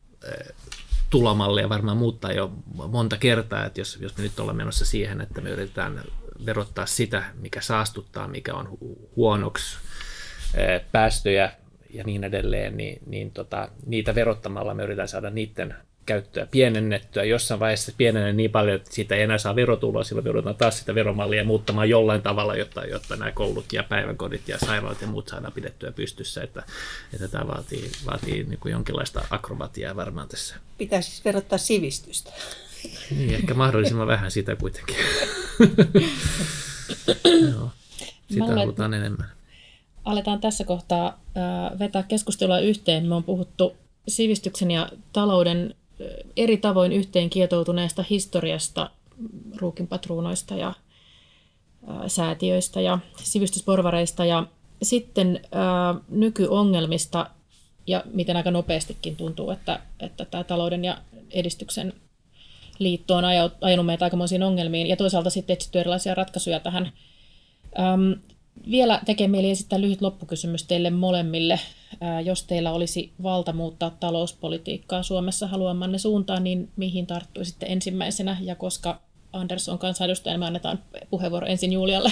Speaker 3: tulomallia varmaan muuttaa jo monta kertaa, että jos, jos me nyt ollaan menossa siihen, että me yritetään verottaa sitä, mikä saastuttaa, mikä on huonoksi, päästöjä ja niin edelleen, niin, niin tota, niitä verottamalla me yritetään saada niiden käyttöä pienennettyä. Jossain vaiheessa pienenee niin paljon, että siitä ei enää saa verotuloa, silloin joudutaan taas sitä veromallia muuttamaan jollain tavalla, jotta, jotta nämä koulut ja päiväkodit ja sairaalat ja muut saadaan pidettyä pystyssä, että, että tämä vaatii, vaatii niin kuin jonkinlaista akrobatiaa varmaan tässä.
Speaker 1: Pitäisi siis verottaa sivistystä.
Speaker 3: Niin, ehkä mahdollisimman vähän sitä kuitenkin. Joo, sitä
Speaker 2: Mä
Speaker 3: halutaan olen... enemmän.
Speaker 2: Aletaan tässä kohtaa äh, vetää keskustelua yhteen. Me on puhuttu sivistyksen ja talouden eri tavoin yhteen kietoutuneesta historiasta, ruukinpatruunoista ja ää, säätiöistä ja sivistysporvareista ja sitten ää, nykyongelmista ja miten aika nopeastikin tuntuu, että, että tämä talouden ja edistyksen liitto on ajanut meitä aikamoisiin ongelmiin ja toisaalta sitten etsitty erilaisia ratkaisuja tähän. Ähm, Vielä tekee mieli esittää lyhyt loppukysymys teille molemmille. Ää, jos teillä olisi valta muuttaa talouspolitiikkaa Suomessa haluamanne suuntaan, niin mihin tarttuisitte ensimmäisenä ja koska Anders on kansanedustaja, me annetaan puheenvuoro ensin Julialle.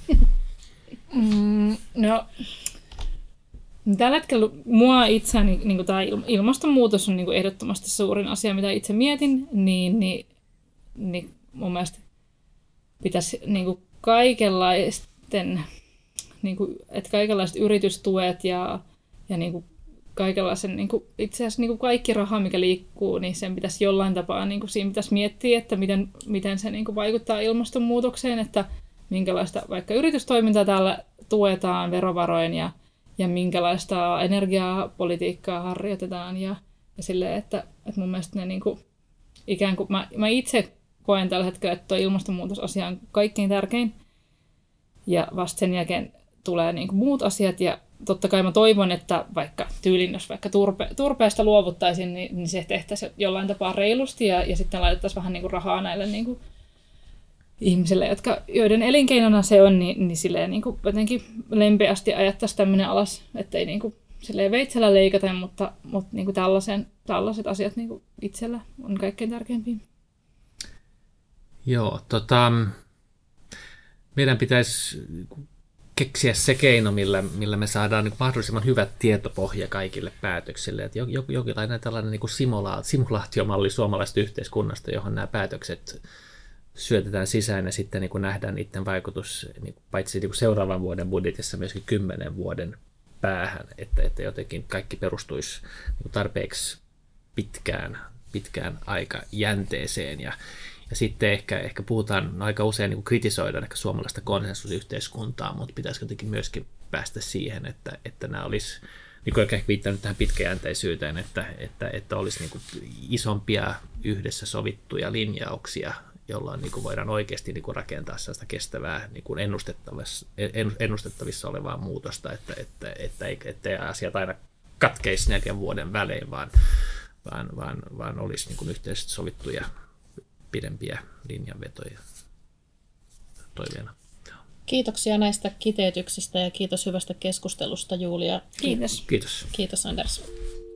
Speaker 4: Mm, no, tällä hetkellä mua itseäni niin tämä ilmastonmuutos on niin kuin ehdottomasti suurin asia, mitä itse mietin, niin, niin, niin mun mielestä pitäisi niin kuin kaikenlaisten, niin kuin, että kaikenlaiset yritystuet ja, ja niin kuin kaikenlaisen, niin kuin, itse asiassa niin kuin kaikki raha, mikä liikkuu, niin sen pitäisi jollain tapaa, niin kuin siinä pitäisi miettiä, että miten, miten se niin kuin vaikuttaa ilmastonmuutokseen, että minkälaista vaikka yritystoimintaa täällä tuetaan verovaroin ja, ja minkälaista energiapolitiikkaa harjoitetaan ja, ja silleen, että, että mun mielestä ne niin kuin, ikään kuin, mä, mä itse koen tällä hetkellä, että tuo ilmastonmuutosasia on kaikkein tärkein ja vasta sen jälkeen tulee niin kuin muut asiat ja totta kai mä toivon, että vaikka tyylin, jos vaikka turpe, turpeesta luovuttaisiin, niin, niin se tehtäisiin jollain tapaa reilusti ja, ja sitten laitettaisiin vähän niin kuin rahaa näille niin kuin ihmisille, jotka, joiden elinkeinona se on, niin, niin silleen niin kuin jotenkin lempeästi ajattaisiin tämmöinen alas, ettei niin kuin silleen veitsellä leikata, mutta, mutta niin kuin tällaisen, tällaiset asiat niin kuin itsellä on kaikkein tärkeimpiä.
Speaker 3: Joo, tota, meidän pitäisi keksiä se keino, millä, millä me saadaan niin mahdollisimman hyvät tietopohja kaikille päätöksille. Että jokinlainen tällainen niin kuin simula- simulaatiomalli suomalaisesta yhteiskunnasta, johon nämä päätökset syötetään sisään ja sitten niin kuin nähdään niiden vaikutus niin kuin paitsi niin kuin seuraavan vuoden budjetissa myöskin kymmenen vuoden päähän, että, että jotenkin kaikki perustuisi niin kuin tarpeeksi pitkään, pitkään aikajänteeseen. Ja, ja sitten ehkä, ehkä puhutaan, no aika usein niin kuin kritisoidaan ehkä suomalaista konsensusyhteiskuntaa, mutta pitäisi jotenkin myöskin päästä siihen, että, että nämä olisi, niin kuin ehkä viittanut tähän pitkäjänteisyyteen, että, että, että olisi niin kuin isompia yhdessä sovittuja linjauksia, jolla niin kuin voidaan oikeasti niin kuin rakentaa sellaista kestävää niin kuin ennustettavissa, ennustettavissa olevaa muutosta, että, että, että, että, että asiat aina katkeisi neljän vuoden välein, vaan, vaan, vaan, vaan olisi niin kuin yhteisesti sovittuja pidempiä linjanvetoja toiveena.
Speaker 2: Kiitoksia näistä kiteytyksistä ja kiitos hyvästä keskustelusta, Julia.
Speaker 4: Kiitos.
Speaker 3: Kiitos.
Speaker 2: Kiitos, Anders.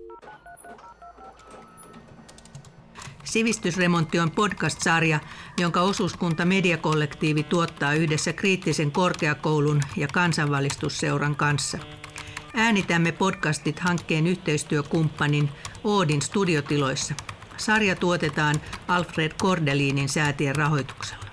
Speaker 1: Sivistysremontti on podcast-sarja, jonka osuuskunta Mediakollektiivi tuottaa yhdessä Kriittisen korkeakoulun ja Kansanvalistusseuran kanssa. Äänitämme podcastit hankkeen yhteistyökumppanin Oodin studiotiloissa. Sarja tuotetaan Alfred Kordelinin säätiön rahoituksella.